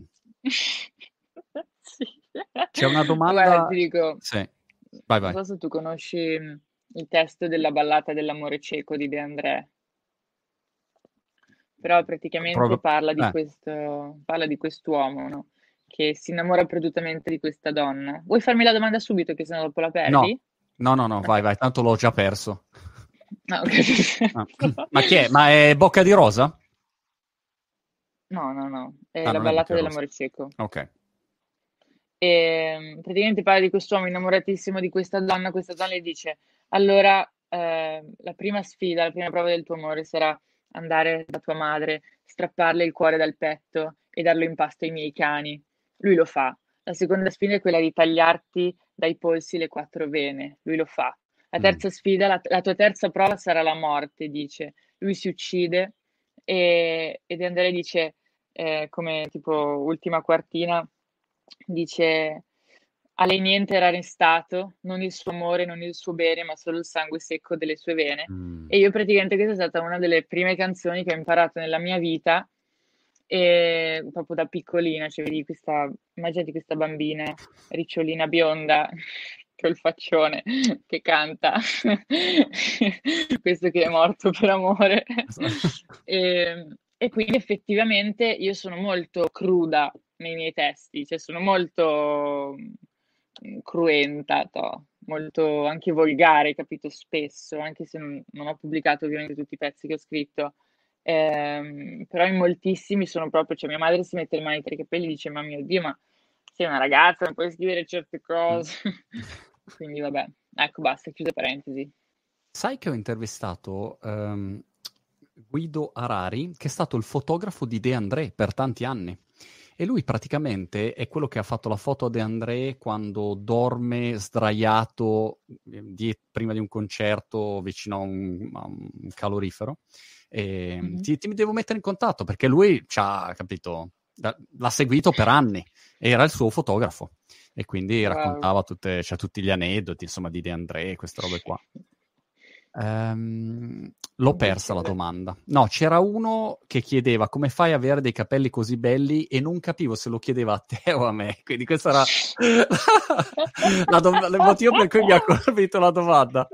Sì. C'è una Guarda, domanda... ti dico, Sì, vai, non vai. so se tu conosci il testo della ballata dell'amore cieco di De André, però praticamente Prov- parla di quest'uomo, no? Che si innamora perdutamente di questa donna. Vuoi farmi la domanda subito, che sennò dopo la No, perdi? no, vai, Ok. vai, tanto l'ho già perso. Ah, ok, Ah. perfetto. Ma chi è? Ma è Bocca di Rosa? No, no, no, è Ah, la non è ballata Bocca di Rosa. dell'amore cieco. Ok. E praticamente parla di quest'uomo innamoratissimo di questa donna gli dice, allora la prima sfida, la prima prova del tuo amore sarà andare da tua madre, strapparle il cuore dal petto e darlo in pasto ai miei cani. Lui lo fa. La seconda sfida è quella di tagliarti dai polsi le 4 vene. Lui lo fa. La Mm. terza sfida, la tua terza prova sarà la morte, dice. Lui si uccide ed Andrea dice, come tipo ultima quartina, dice a lei niente era restato, non il suo amore, non il suo bene, ma solo il sangue secco delle sue vene. Mm. E io praticamente questa è stata una delle prime canzoni che ho imparato nella mia vita, e proprio da piccolina, cioè vedi questa, immaginati questa bambina ricciolina bionda col faccione che canta questo che è morto per amore. E quindi effettivamente io sono molto cruda nei miei testi, cioè sono molto cruenta, molto anche volgare, capito, spesso, anche se non ho pubblicato ovviamente tutti i pezzi che ho scritto. Però in moltissimi sono proprio, cioè mia madre si mette le mani tra i capelli e dice, ma mio Dio, ma sei una ragazza, non puoi scrivere certe Mm. cose. Quindi vabbè, ecco, basta, chiusa parentesi. Sai che ho intervistato Guido Arari, che è stato il fotografo di De André per tanti anni. E lui praticamente è quello che ha fatto la foto a De André quando dorme sdraiato prima di un concerto vicino a un calorifero. E, Mhm. ti devo mettere in contatto perché lui ci ha, capito, l'ha seguito per anni, era il suo fotografo e quindi Wow. raccontava cioè, tutti gli aneddoti, insomma, di De André, queste robe qua. L'ho Mi persa la piacere. domanda. No, c'era uno che chiedeva come fai a avere dei capelli così belli e non capivo se lo chiedeva a te o a me. Quindi questo era il motivo per cui mi ha colpito la domanda.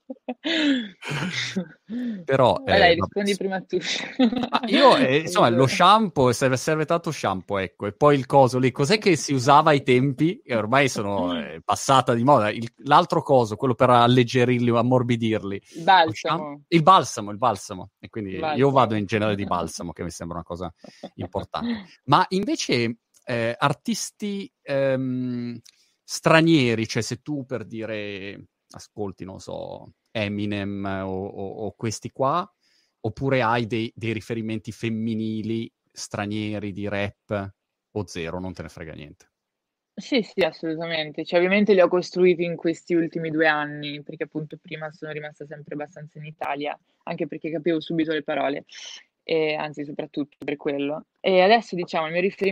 Però, Vai, dai, vabbè. rispondi prima tu. Ma io, insomma, lo Comunque, shampoo, serve tanto shampoo, ecco, e poi il coso lì, cos'è che si usava ai tempi, e ormai sono passata di moda, l'altro coso, quello per alleggerirli o ammorbidirli, il lo shampoo, balsamo. il balsamo, e quindi Il io vado balsamo. in genere di balsamo, che mi sembra una cosa importante. Ma invece, artisti stranieri, cioè se tu per dire, ascolti, non so, Eminem o questi qua, oppure hai dei riferimenti femminili, stranieri, di rap, o zero, non te ne frega niente? Sì, sì, assolutamente. Cioè, ovviamente li ho costruiti in questi ultimi 2 anni, perché appunto prima sono rimasta sempre abbastanza in Italia, anche perché capivo subito le parole, e anzi, soprattutto per quello. E adesso, diciamo,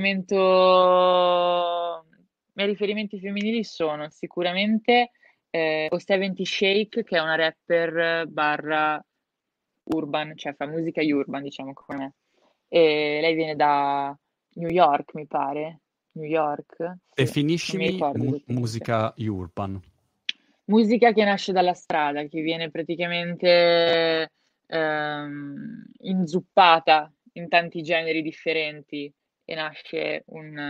i miei riferimenti femminili sono sicuramente O70 Shake, che è una rapper barra urban, cioè fa musica urban, diciamo come me. E lei viene da New York, mi pare. New York? Sì, non mi Definiscimi ricordo esattamente. musica urban. Musica che nasce dalla strada, che viene praticamente inzuppata in tanti generi differenti e nasce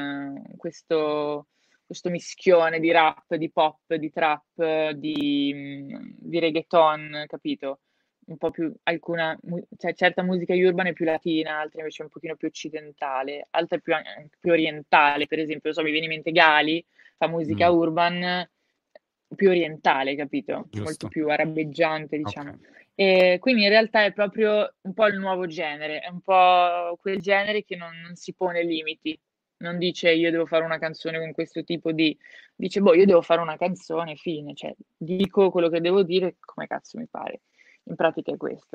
questo mischione di rap, di pop, di trap, di reggaeton, capito? un po' più cioè certa musica urban è più latina, altra invece è un pochino più occidentale, altra è più orientale, per esempio, mi viene in mente Gali, fa musica urban più orientale, capito? Molto Giusto. più arabeggiante, diciamo. Ok. E quindi in realtà è proprio un po' il nuovo genere, è un po' quel genere che non si pone limiti, non dice io devo fare una canzone con questo tipo di... Dice, boh, io devo fare una canzone, fine, cioè dico quello che devo dire come cazzo mi pare. In pratica è questo.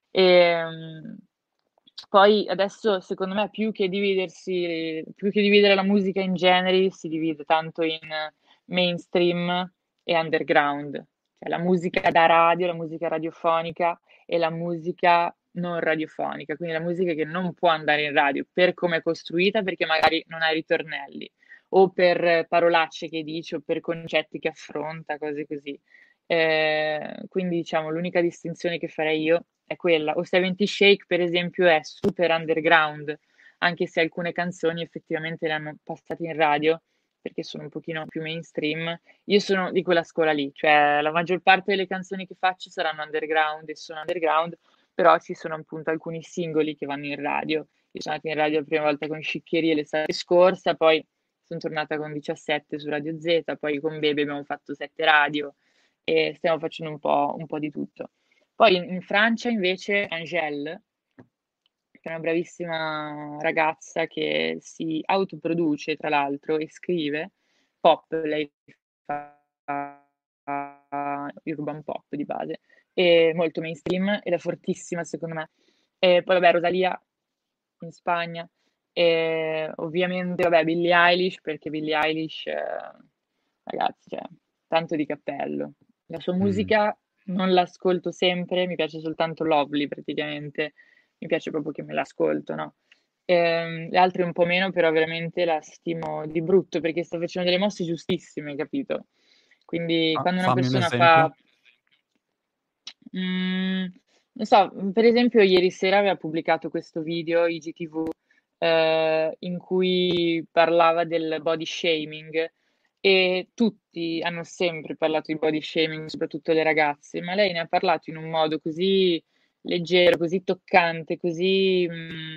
Poi adesso, secondo me, più che dividere la musica in generi, si divide tanto in mainstream e underground, cioè la musica da radio, la musica radiofonica e la musica non radiofonica, quindi la musica che non può andare in radio per come è costruita, perché magari non ha ritornelli, o per parolacce che dice, o per concetti che affronta, cose così. Quindi diciamo l'unica distinzione che farei io è quella. O 70 Shake, per esempio, è super underground, anche se alcune canzoni effettivamente le hanno passate in radio perché sono un pochino più mainstream. Io sono di quella scuola lì, cioè la maggior parte delle canzoni che faccio saranno underground e sono underground, però ci sono appunto alcuni singoli che vanno in radio. Io sono andata in radio la prima volta con Sciccherie l'estate scorsa, poi sono tornata con 17 su Radio Z, poi con Bebe abbiamo fatto 7 radio e stiamo facendo un po' di tutto. Poi in Francia invece Angèle, che è una bravissima ragazza che si autoproduce tra l'altro e scrive pop, lei fa urban pop di base, è molto mainstream ed è fortissima secondo me. E poi vabbè Rosalia in Spagna, e ovviamente vabbè Billie Eilish, perché Billie Eilish, ragazzi, cioè, tanto di cappello. La sua musica non l'ascolto sempre, mi piace soltanto Lovely praticamente, mi piace proprio che me l'ascolto, no? Le altre un po' meno, però veramente la stimo di brutto perché sta facendo delle mosse giustissime, capito? Quindi quando una Fammi un persona esempio. fa... non so, per esempio ieri sera aveva pubblicato questo video IGTV in cui parlava del body shaming e tutti hanno sempre parlato di body shaming, soprattutto le ragazze, ma lei ne ha parlato in un modo così leggero, così toccante, così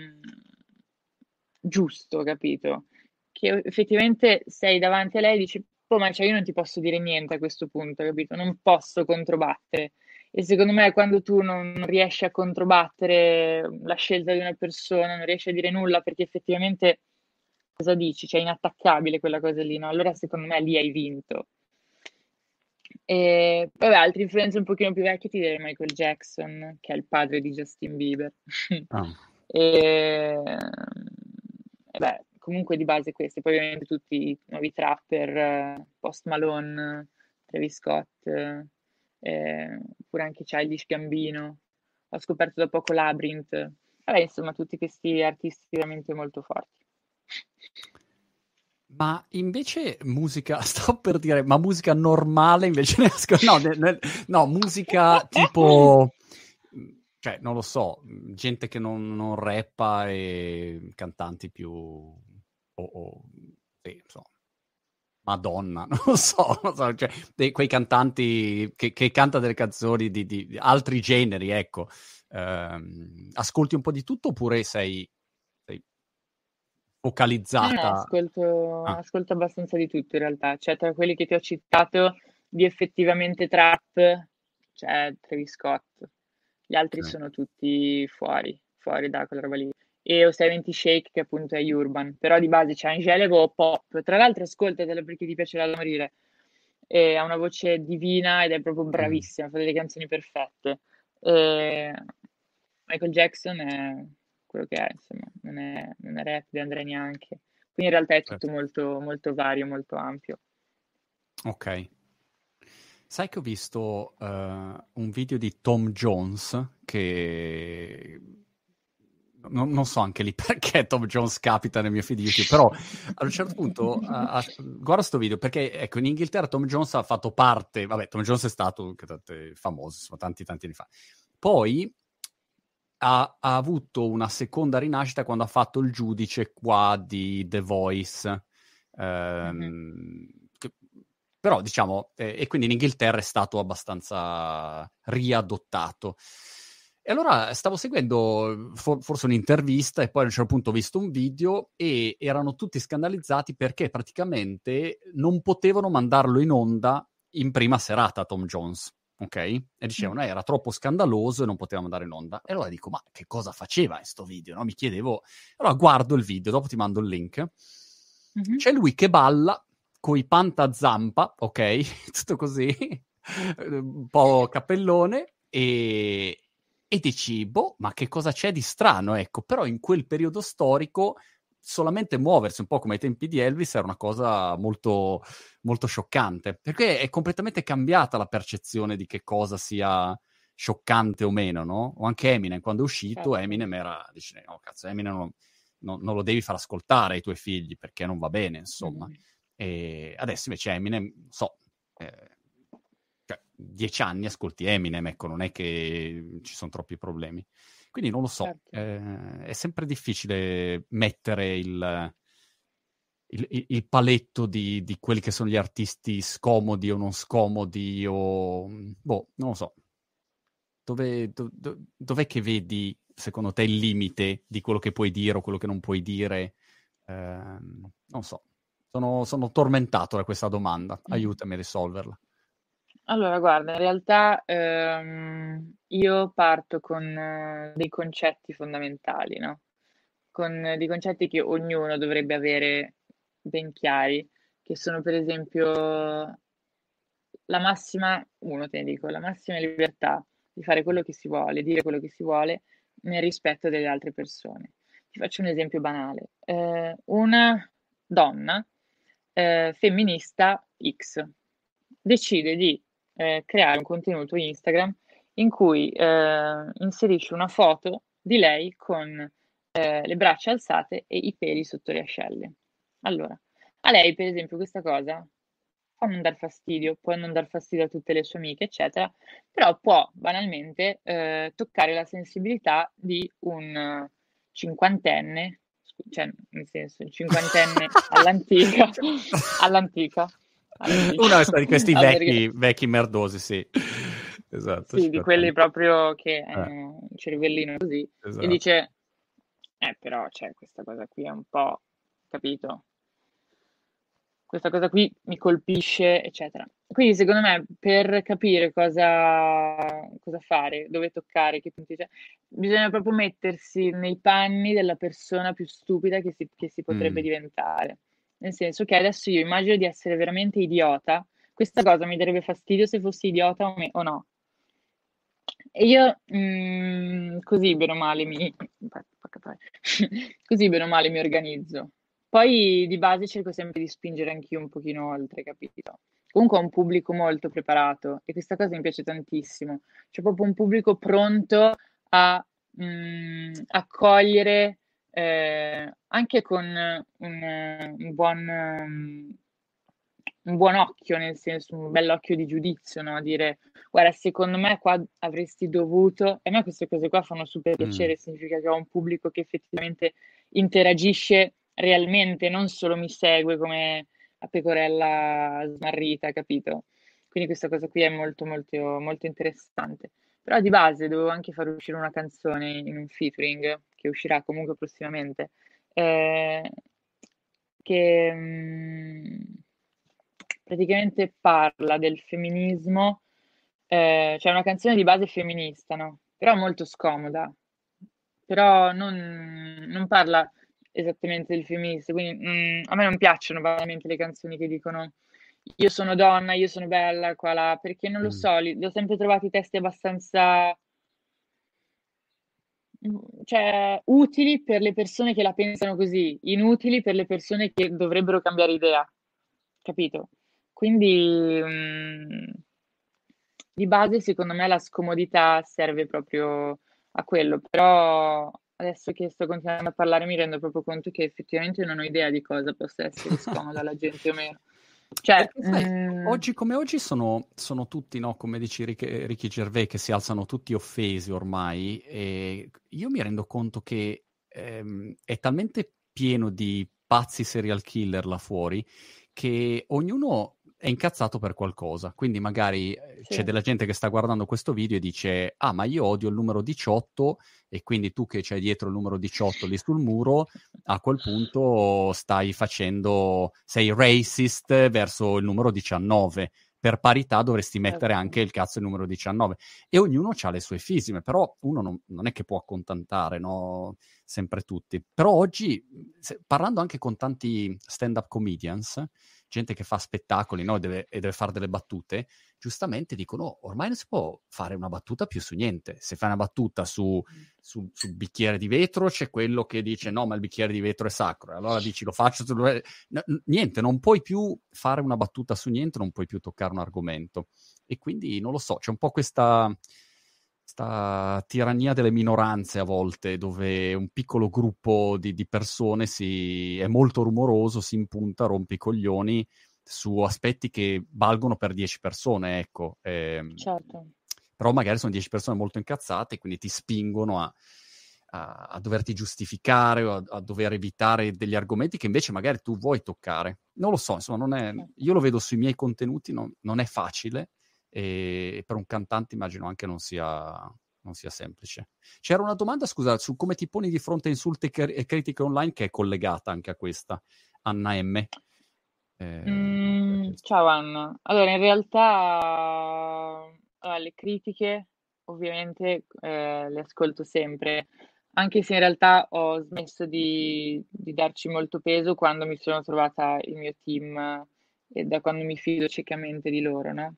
giusto, capito? Che effettivamente sei davanti a lei e dici, oh, ma cioè io non ti posso dire niente a questo punto, capito? Non posso controbattere. E secondo me quando tu non riesci a controbattere la scelta di una persona, non riesci a dire nulla perché effettivamente cosa dici? Cioè è inattaccabile quella cosa lì, no? Allora secondo me lì hai vinto. E vabbè, altre influenze un pochino più vecchie ti direi Michael Jackson, che è il padre di Justin Bieber. Ah, E, beh, comunque di base queste, poi ovviamente tutti i nuovi trapper, Post Malone, Travis Scott, oppure anche Childish Gambino. Ho scoperto da poco Labyrinth. Vabbè, insomma, tutti questi artisti veramente molto forti. ma invece musica, sto per dire, ma musica normale invece no, no, musica tipo, cioè, non lo so, gente che non rappa e cantanti più, sì, insomma, Madonna, non lo so, non so, cioè, quei cantanti che canta delle canzoni di altri generi, ecco. Ascolti un po' di tutto oppure sei No, no, focalizzata? Ah, ascolto abbastanza di tutto in realtà, cioè tra quelli che ti ho citato di effettivamente trap, c'è Travis Scott, gli altri ok. sono tutti fuori da quella roba lì. E o 70 Shake che appunto è urban, però di base c'è Angelico pop, tra l'altro ascoltatela perché ti piacerà da morire, e ha una voce divina ed è proprio Mm, bravissima, fa delle canzoni perfette. E Michael Jackson è quello che è, insomma, non è rap di Andrea neanche. Quindi in realtà è tutto certo. molto, molto vario, molto ampio. Ok. Sai che ho visto un video di Tom Jones che non so anche lì perché Tom Jones capita nel mio feed YouTube, però a un certo punto guarda sto video perché ecco in Inghilterra Tom Jones ha fatto parte, vabbè Tom Jones è stato famoso insomma, tanti anni fa. Poi ha avuto una seconda rinascita quando ha fatto il giudice qua di The Voice. Mhm. Che, però diciamo, e quindi in Inghilterra è stato abbastanza riadottato. E allora stavo seguendo forse un'intervista e poi a un certo punto ho visto un video e erano tutti scandalizzati perché praticamente non potevano mandarlo in onda in prima serata Tom Jones, ok? E dicevano era troppo scandaloso e non poteva andare in onda. E allora dico, ma che cosa faceva in sto video? No? Mi chiedevo, allora guardo il video, dopo ti mando il link. C'è lui che balla coi panta a zampa, ok? Tutto così, un po' cappellone e dici, boh, ma che cosa c'è di strano, ecco. Però in quel periodo storico solamente muoversi un po' come ai tempi di Elvis era una cosa molto, molto scioccante, perché è completamente cambiata la percezione di che cosa sia scioccante o meno, no? O anche Eminem, quando è uscito, Certo. Eminem era, dice, no, cazzo, Eminem non lo devi far ascoltare ai tuoi figli perché non va bene, insomma. E adesso invece Eminem, cioè, 10 anni ascolti Eminem, ecco, non è che ci sono troppi problemi. Quindi non lo so, Certo. è sempre difficile mettere il paletto di quelli che sono gli artisti scomodi o non scomodi o... boh, non lo so. Dov'è che vedi, secondo te, il limite di quello che puoi dire o quello che non puoi dire? Non so. Sono tormentato da questa domanda. Aiutami a risolverla. Allora, guarda, in realtà io parto con dei concetti fondamentali, no? Con dei concetti che ognuno dovrebbe avere ben chiari, che sono per esempio la massima, uno te ne dico, la massima libertà di fare quello che si vuole, dire quello che si vuole, nel rispetto delle altre persone. Ti faccio un esempio banale. Una donna femminista X decide di creare un contenuto Instagram in cui inserisce una foto di lei con le braccia alzate e i peli sotto le ascelle. Allora, a lei, per esempio, questa cosa può non dar fastidio, può non dar fastidio a tutte le sue amiche, eccetera, però può banalmente toccare la sensibilità di un cinquantenne, cioè nel senso il cinquantenne all'antica, all'antica. Una di questi Perché vecchi merdosi, sì. Esatto. sì, di quelli proprio che Eh, hanno il cervellino così, e esatto. dice, però c'è questa cosa qui è un po', capito? Questa cosa qui mi colpisce, eccetera. Quindi secondo me per capire cosa fare, dove toccare, che punti c'è, bisogna proprio mettersi nei panni della persona più stupida che si potrebbe diventare. Nel senso che adesso io immagino di essere veramente idiota, questa cosa mi darebbe fastidio se fossi idiota o no. E io così bene o male così bene o male mi organizzo. Poi di base cerco sempre di spingere anch'io un pochino oltre, capito? Comunque ho un pubblico molto preparato e questa cosa mi piace tantissimo. C'è proprio un pubblico pronto a accogliere anche con un buon occhio, nel senso un bell'occhio di giudizio, no? Dire guarda, secondo me qua avresti dovuto, e a me queste cose qua fanno super piacere, significa che ho un pubblico che effettivamente interagisce realmente, non solo mi segue come a pecorella smarrita, capito? Quindi questa cosa qui è molto, molto, molto interessante. Però di base dovevo anche far uscire una canzone in un featuring, che uscirà comunque prossimamente, che praticamente parla del femminismo, cioè una canzone di base femminista, no? Però molto scomoda, però non parla esattamente del femminista, quindi a me non piacciono banalmente le canzoni che dicono io sono donna, io sono bella, qua là, perché non lo so, li ho sempre trovati i testi abbastanza cioè, utili per le persone che la pensano così, inutili per le persone che dovrebbero cambiare idea, capito? Quindi, di base, secondo me, la scomodità serve proprio a quello, però adesso che sto continuando a parlare mi rendo proprio conto che effettivamente non ho idea di cosa possa essere scomoda alla gente o meno. Cioè, Perché sai, oggi come oggi sono tutti, no, come dici Ricky Gervais, che si alzano tutti offesi ormai, e io mi rendo conto che è talmente pieno di pazzi serial killer là fuori che ognuno è incazzato per qualcosa. Quindi magari c'è Sì. della gente che sta guardando questo video e dice: ah, ma io odio il numero 18, e quindi tu che c'hai dietro il numero 18 lì sul muro, a quel punto sei racist verso il numero 19. Per parità dovresti mettere anche il cazzo il numero 19. E ognuno ha le sue fisime, però uno non è che può accontentare, no? Sempre tutti. Però oggi, parlando anche con tanti stand-up comedians, gente che fa spettacoli, no? e deve fare delle battute, giustamente dicono: ormai non si può fare una battuta più su niente. Se fai una battuta sul bicchiere di vetro, c'è quello che dice: no, ma il bicchiere di vetro è sacro. Allora dici: lo faccio niente, non puoi più fare una battuta su niente, non puoi più toccare un argomento. E quindi non lo so, c'è un po' questa sta tirannia delle minoranze a volte, dove un piccolo gruppo di persone è molto rumoroso, si impunta, rompe i coglioni su aspetti che valgono per 10 persone, ecco. Certo. Però magari sono 10 persone molto incazzate, quindi ti spingono a doverti giustificare o a dover evitare degli argomenti che invece magari tu vuoi toccare. Non lo so, insomma, io lo vedo sui miei contenuti, non è facile, e per un cantante immagino anche non sia semplice. C'era una domanda, scusa, su come ti poni di fronte a insulti e critiche online, che è collegata anche a questa. Anna M. Ciao Anna. Allora, in realtà le critiche ovviamente le ascolto sempre, anche se in realtà ho smesso di darci molto peso quando mi sono trovata il mio team e da quando mi fido ciecamente di loro, no?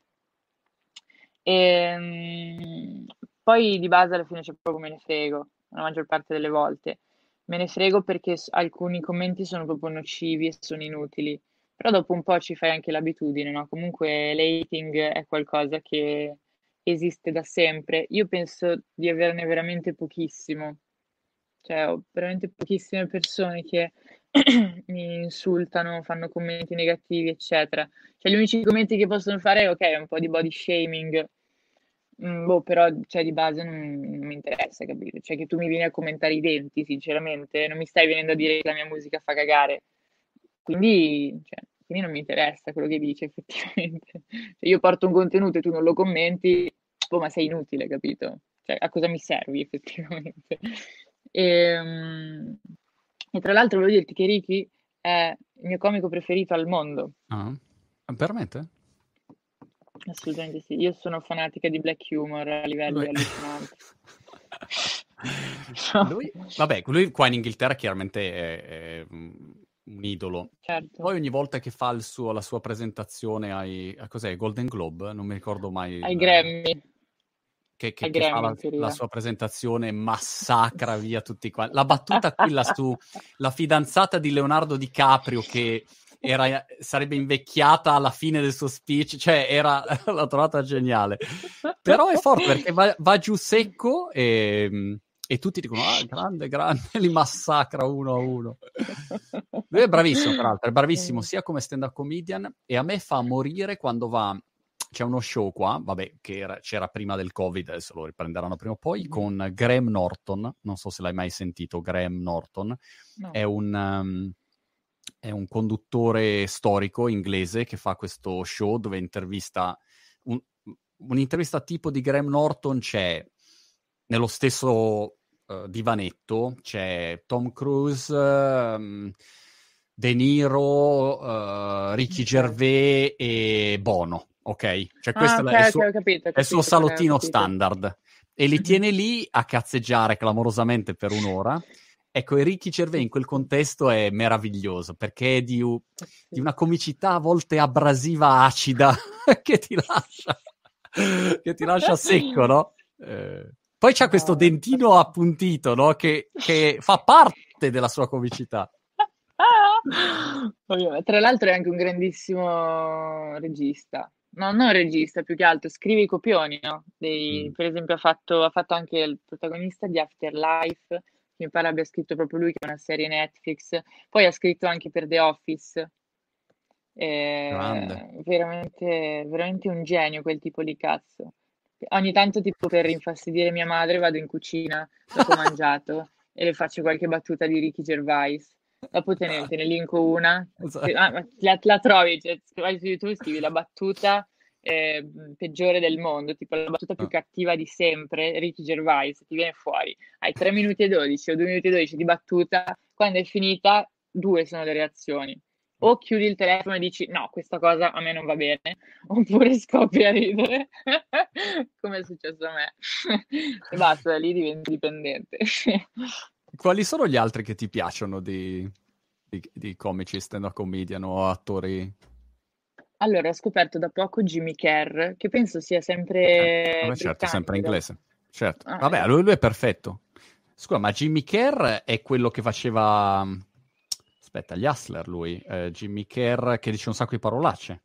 Poi di base alla fine c'è poco me ne frego, la maggior parte delle volte. Me ne frego perché alcuni commenti sono proprio nocivi e sono inutili, però dopo un po' ci fai anche l'abitudine, no? Comunque l'hating è qualcosa che esiste da sempre. Io penso di averne veramente pochissimo, cioè ho veramente pochissime persone che mi insultano, fanno commenti negativi, eccetera. Cioè, gli unici commenti che possono fare è ok, un po' di body shaming, boh, però cioè, di base non mi interessa, capito? Cioè, che tu mi vieni a commentare i denti, sinceramente, non mi stai venendo a dire che la mia musica fa cagare. Quindi non mi interessa quello che dici, effettivamente. Cioè, io porto un contenuto e tu non lo commenti, boh, ma sei inutile, capito? Cioè, a cosa mi servi, effettivamente? E tra l'altro volevo dirti che Ricky è il mio comico preferito al mondo. Ah, veramente? Assolutamente sì. Io sono fanatica di black humor a livelli allucinanti. Lui qua in Inghilterra chiaramente è un idolo. Certo. Poi ogni volta che fa la sua presentazione cos'è, Golden Globe? Non mi ricordo mai Ai Grammy. che Ai fa Grammy, in la teoria. sua presentazione, massacra via tutti quanti. La battuta quella su la fidanzata di Leonardo DiCaprio che sarebbe invecchiata alla fine del suo speech, cioè l'ho trovata geniale. Però è forte perché va giù secco e tutti dicono: ah, grande, li massacra uno a uno. Lui è bravissimo, peraltro, è bravissimo sia come stand-up comedian, e a me fa morire quando c'è uno show qua, vabbè, che c'era prima del Covid, adesso lo riprenderanno prima o poi, con Graham Norton. Non so se l'hai mai sentito, Graham Norton. No. È un conduttore storico inglese che fa questo show dove intervista un'intervista tipo di Graham Norton c'è nello stesso divanetto, c'è Tom Cruise, De Niro, Ricky Gervais e Bono, ok? Cioè questo è il suo salottino standard, e li tiene lì a cazzeggiare clamorosamente per un'ora. Ecco, e Ricky Gervais in quel contesto è meraviglioso, perché è di una comicità a volte abrasiva, acida, che ti lascia secco, no? Poi c'ha questo dentino appuntito, no? Che fa parte della sua comicità. Tra l'altro è anche un grandissimo regista. No, non regista, più che altro, scrive i copioni, no? Per esempio ha fatto anche il protagonista di Afterlife, mi pare abbia scritto proprio lui, che è una serie Netflix. Poi ha scritto anche per The Office. Veramente, veramente un genio quel tipo di cazzo. Ogni tanto, tipo, per infastidire mia madre, vado in cucina dopo mangiato e le faccio qualche battuta di Ricky Gervais. Dopo te ne linko una. Esatto. Ma la trovi, cioè, vai su YouTube, scrivi la battuta peggiore del mondo, tipo la battuta più cattiva di sempre, Ricky Gervais, ti viene fuori. Hai 3 minuti e 12 o 2 minuti e 12 di battuta, quando è finita, due sono le reazioni. O chiudi il telefono e dici no, questa cosa a me non va bene, oppure scopri a ridere, come è successo a me. E basta, da lì diventi dipendente. Quali sono gli altri che ti piacciono di comici, stand-up comedian o attori? Allora, ho scoperto da poco Jimmy Carr, che penso sia sempre Vabbè, certo, sempre britannico. in inglese. Certo. Ah, Vabbè, lui è perfetto. Scusa, ma Jimmy Carr è quello che faceva... Aspetta, gli Hustler lui. Jimmy Carr che dice un sacco di parolacce.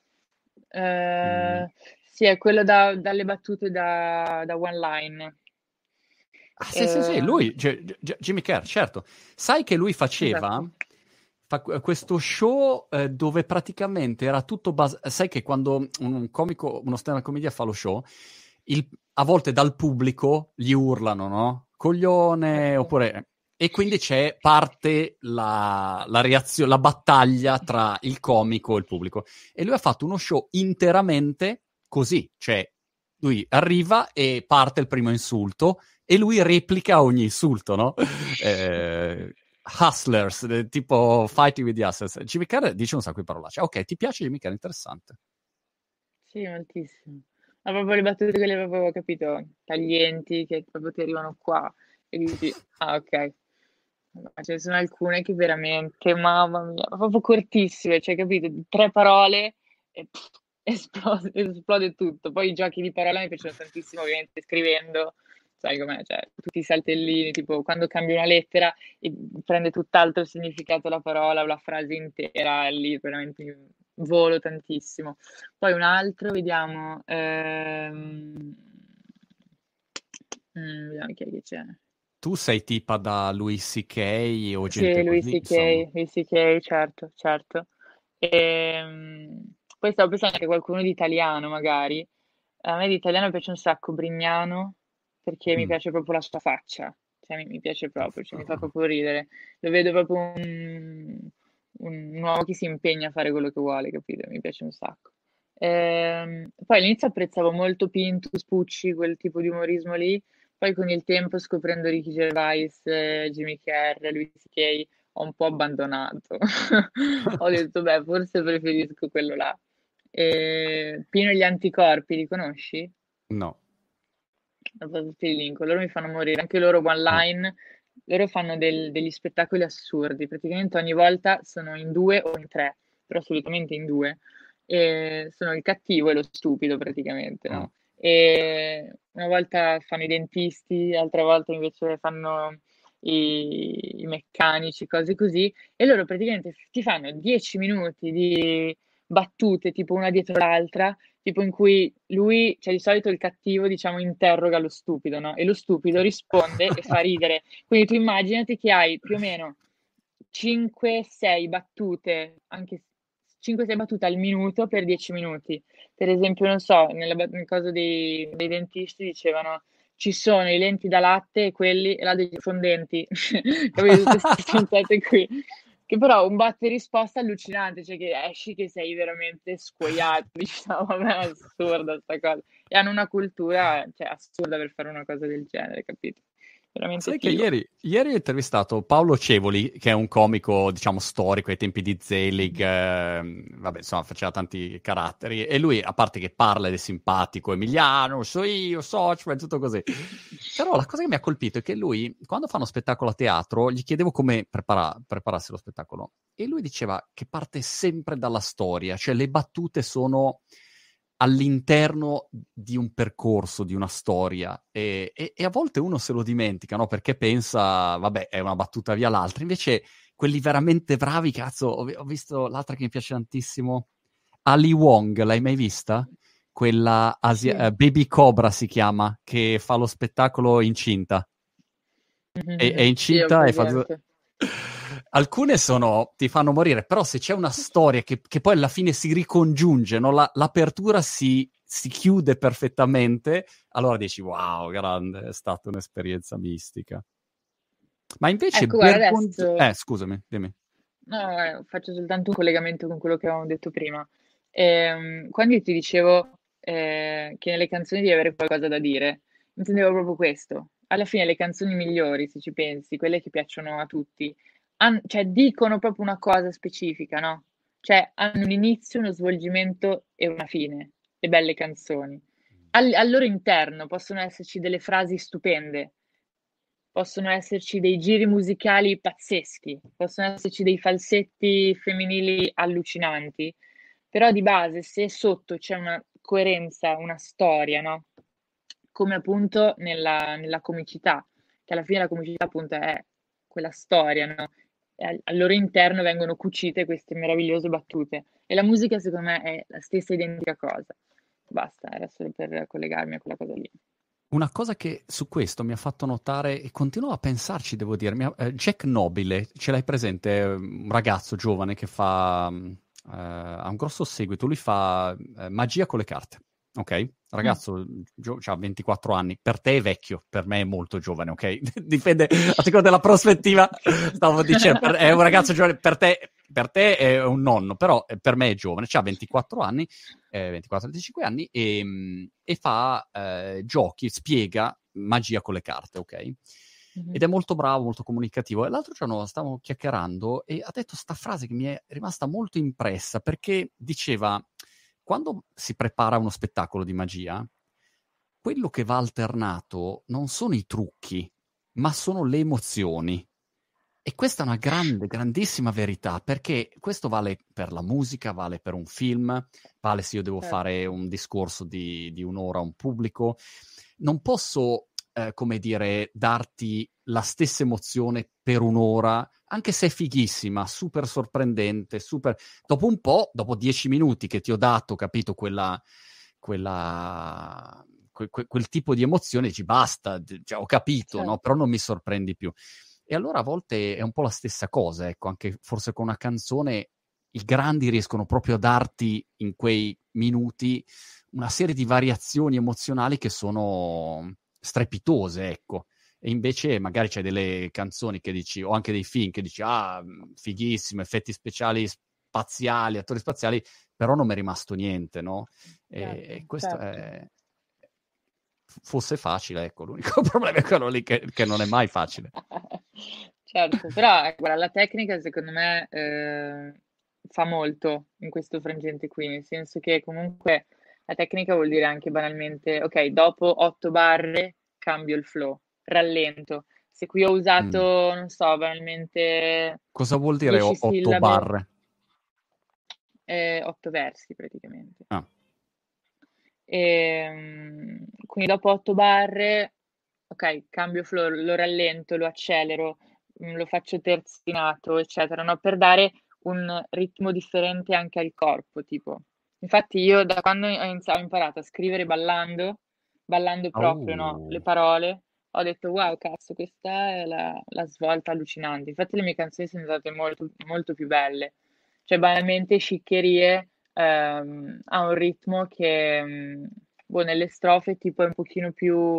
Mm. sì, è quello dalle battute da one line. Ah, sì, lui, Jimmy Carr, certo. Sai che lui faceva Esatto. questo show dove praticamente era tutto basato... Sai che quando un comico, uno stand-up comedian fa lo show, a volte dal pubblico gli urlano, no? Coglione, Ok. oppure... E quindi c'è parte la reazione, la battaglia tra il comico e il pubblico. E lui ha fatto uno show interamente così, cioè lui arriva e parte il primo insulto e lui replica ogni insulto, no? Hustlers, tipo Fighting with the Hustlers. Jimmy Carr dice un sacco di parolacce. Ok, ti piace Jimmy Carr? Interessante. Sì, moltissimo. Ma proprio le battute quelle proprio, capito, taglienti, che proprio ti arrivano qua e dici, ah ok. Ma ce ne sono alcune che veramente, mamma mia, proprio cortissime, cioè, capito, 3 parole e esplode tutto. Poi i giochi di parola mi piacciono tantissimo, ovviamente scrivendo, sai com'è, cioè, tutti i saltellini, tipo quando cambi una lettera e prende tutt'altro significato la parola o la frase intera, lì veramente volo tantissimo. Poi un altro, vediamo, vediamo chi è che c'è. Tu sei tipa da Louis C.K. o gente Sì, così, insomma. Louis C.K., certo, certo. Poi stavo pensando che qualcuno di italiano, magari. A me di italiano piace un sacco Brignano, perché mi Mm. piace proprio la sua faccia. Cioè, mi piace proprio, cioè, mi fa proprio ridere. Lo vedo proprio un uomo che si impegna a fare quello che vuole, capito? Mi piace un sacco. Poi all'inizio apprezzavo molto Pintus, Pucci, quel tipo di umorismo lì. Poi con il tempo, scoprendo Ricky Gervais, Jimmy Carr, Louis C.K., ho un po' abbandonato. Ho detto, beh, forse preferisco quello là. Pino e gli anticorpi, li conosci? No. Ho dato tutti i link, loro mi fanno morire, anche loro one Eh. line, loro fanno degli spettacoli assurdi, praticamente ogni volta sono in due o in tre, però assolutamente in due, e sono il cattivo e lo stupido praticamente, Mm. no? E una volta fanno i dentisti, altre volte invece fanno i meccanici, cose così, e loro praticamente ti fanno 10 minuti di battute tipo una dietro l'altra, tipo in cui lui, cioè di solito il cattivo, diciamo, interroga lo stupido, no? E lo stupido risponde e fa ridere. Quindi tu immaginati che hai più o meno 5-6 battute, anche 5-6 battute al minuto per 10 minuti. Per esempio, non so, nel caso dei dentisti dicevano ci sono i lenti da latte e quelli e là dei fondenti. Capito? Tutte queste stronzate qui. Che però un batte e risposta allucinante, cioè che esci che sei veramente scuoiato, diciamo, vabbè, è assurda sta cosa. E hanno una cultura, cioè, assurda per fare una cosa del genere, capito? Veramente Sai che figo. ieri ho intervistato Paolo Cevoli, che è un comico, diciamo, storico ai tempi di Zelig, vabbè, insomma, faceva tanti caratteri, e lui, a parte che parla ed è simpatico, Emiliano, so io, socio, è tutto così. Però la cosa che mi ha colpito è che lui, quando fa uno spettacolo a teatro, gli chiedevo come prepararsi lo spettacolo, e lui diceva che parte sempre dalla storia, cioè le battute sono all'interno di un percorso, di una storia, e a volte uno se lo dimentica, no? Perché pensa, vabbè, è una battuta via l'altra. Invece quelli veramente bravi, cazzo, ho visto l'altra che mi piace tantissimo, Ali Wong, l'hai mai vista? Quella Sì. Baby Cobra si chiama, che fa lo spettacolo incinta. È Sì, ho incinta e fa... presente. Alcune ti fanno morire, però se c'è una storia che poi alla fine si ricongiunge, no? L'apertura si chiude perfettamente, allora dici wow, grande, è stata un'esperienza mistica. Ma invece Ecco, guarda, scusami, dimmi. no, faccio soltanto un collegamento con quello che avevamo detto prima. Quando io ti dicevo che nelle canzoni devi avere qualcosa da dire, intendevo proprio questo. Alla fine le canzoni migliori, se ci pensi, quelle che piacciono a tutti, cioè dicono proprio una cosa specifica, no? Cioè hanno un inizio, uno svolgimento e una fine, le belle canzoni. Al loro interno possono esserci delle frasi stupende, possono esserci dei giri musicali pazzeschi, possono esserci dei falsetti femminili allucinanti, però di base se sotto c'è una coerenza, una storia, no? Come appunto nella comicità, che alla fine la comicità appunto è quella storia, no? E al loro interno vengono cucite queste meravigliose battute e la musica secondo me è la stessa identica cosa. Basta, era solo per collegarmi a quella cosa lì. Una cosa che su questo mi ha fatto notare, e continuo a pensarci, devo dire, Jack Nobile, ce l'hai presente? Un ragazzo giovane che ha un grosso seguito, lui fa magia con le carte, ok? Mm, Ragazzo, ha 24 anni, per te è vecchio, per me è molto giovane, ok? Dipende a seconda della prospettiva, stavo dicendo, è un ragazzo giovane, per te è un nonno, però per me è giovane, ha 24 anni, 24-25 anni e fa giochi, spiega magia con le carte, ok? mhm. Ed è molto bravo, molto comunicativo. E l'altro giorno stavamo chiacchierando e ha detto sta frase che mi è rimasta molto impressa perché diceva, quando si prepara uno spettacolo di magia, quello che va alternato non sono i trucchi, ma sono le emozioni. E questa è una grande, grandissima verità, perché questo vale per la musica, vale per un film, vale se io devo fare Certo. un discorso di un'ora a un pubblico. Non posso, come dire, darti la stessa emozione per un'ora, anche se è fighissima, super sorprendente, super... Dopo un po', dopo 10 minuti che ti ho dato, capito, quel tipo di emozione, dici basta, cioè, ho capito, no? Però Certo. non mi sorprendi più. E allora a volte è un po' la stessa cosa, ecco, anche forse con una canzone i grandi riescono proprio a darti in quei minuti una serie di variazioni emozionali che sono strepitose, ecco. E invece magari c'è delle canzoni che dici, o anche dei film che dici, ah, fighissimo, effetti speciali spaziali, attori spaziali, però non mi è rimasto niente, no? E Certo, questo certo. è... Fosse facile, ecco, l'unico problema è quello lì che non è mai facile. Certo, però guarda, la tecnica secondo me fa molto in questo frangente qui, nel senso che comunque la tecnica vuol dire anche banalmente, ok, dopo 8 barre cambio il flow, rallento. Se qui ho Mm. usato, non so, banalmente Cosa vuol dire 10 otto sillabe, barre? 8 versi praticamente. Ah. Quindi dopo 8 barre, ok, cambio flow, lo rallento, lo accelero, lo faccio terzinato, eccetera, no? Per dare un ritmo differente anche al corpo, tipo. Infatti io da quando ho imparato a scrivere ballando proprio, no? Le Oh. parole, ho detto wow, cazzo, questa è la svolta allucinante. Infatti le mie canzoni sono state molto, molto più belle. Cioè, banalmente, Sciccherie ha un ritmo che, boh, nelle strofe tipo è un pochino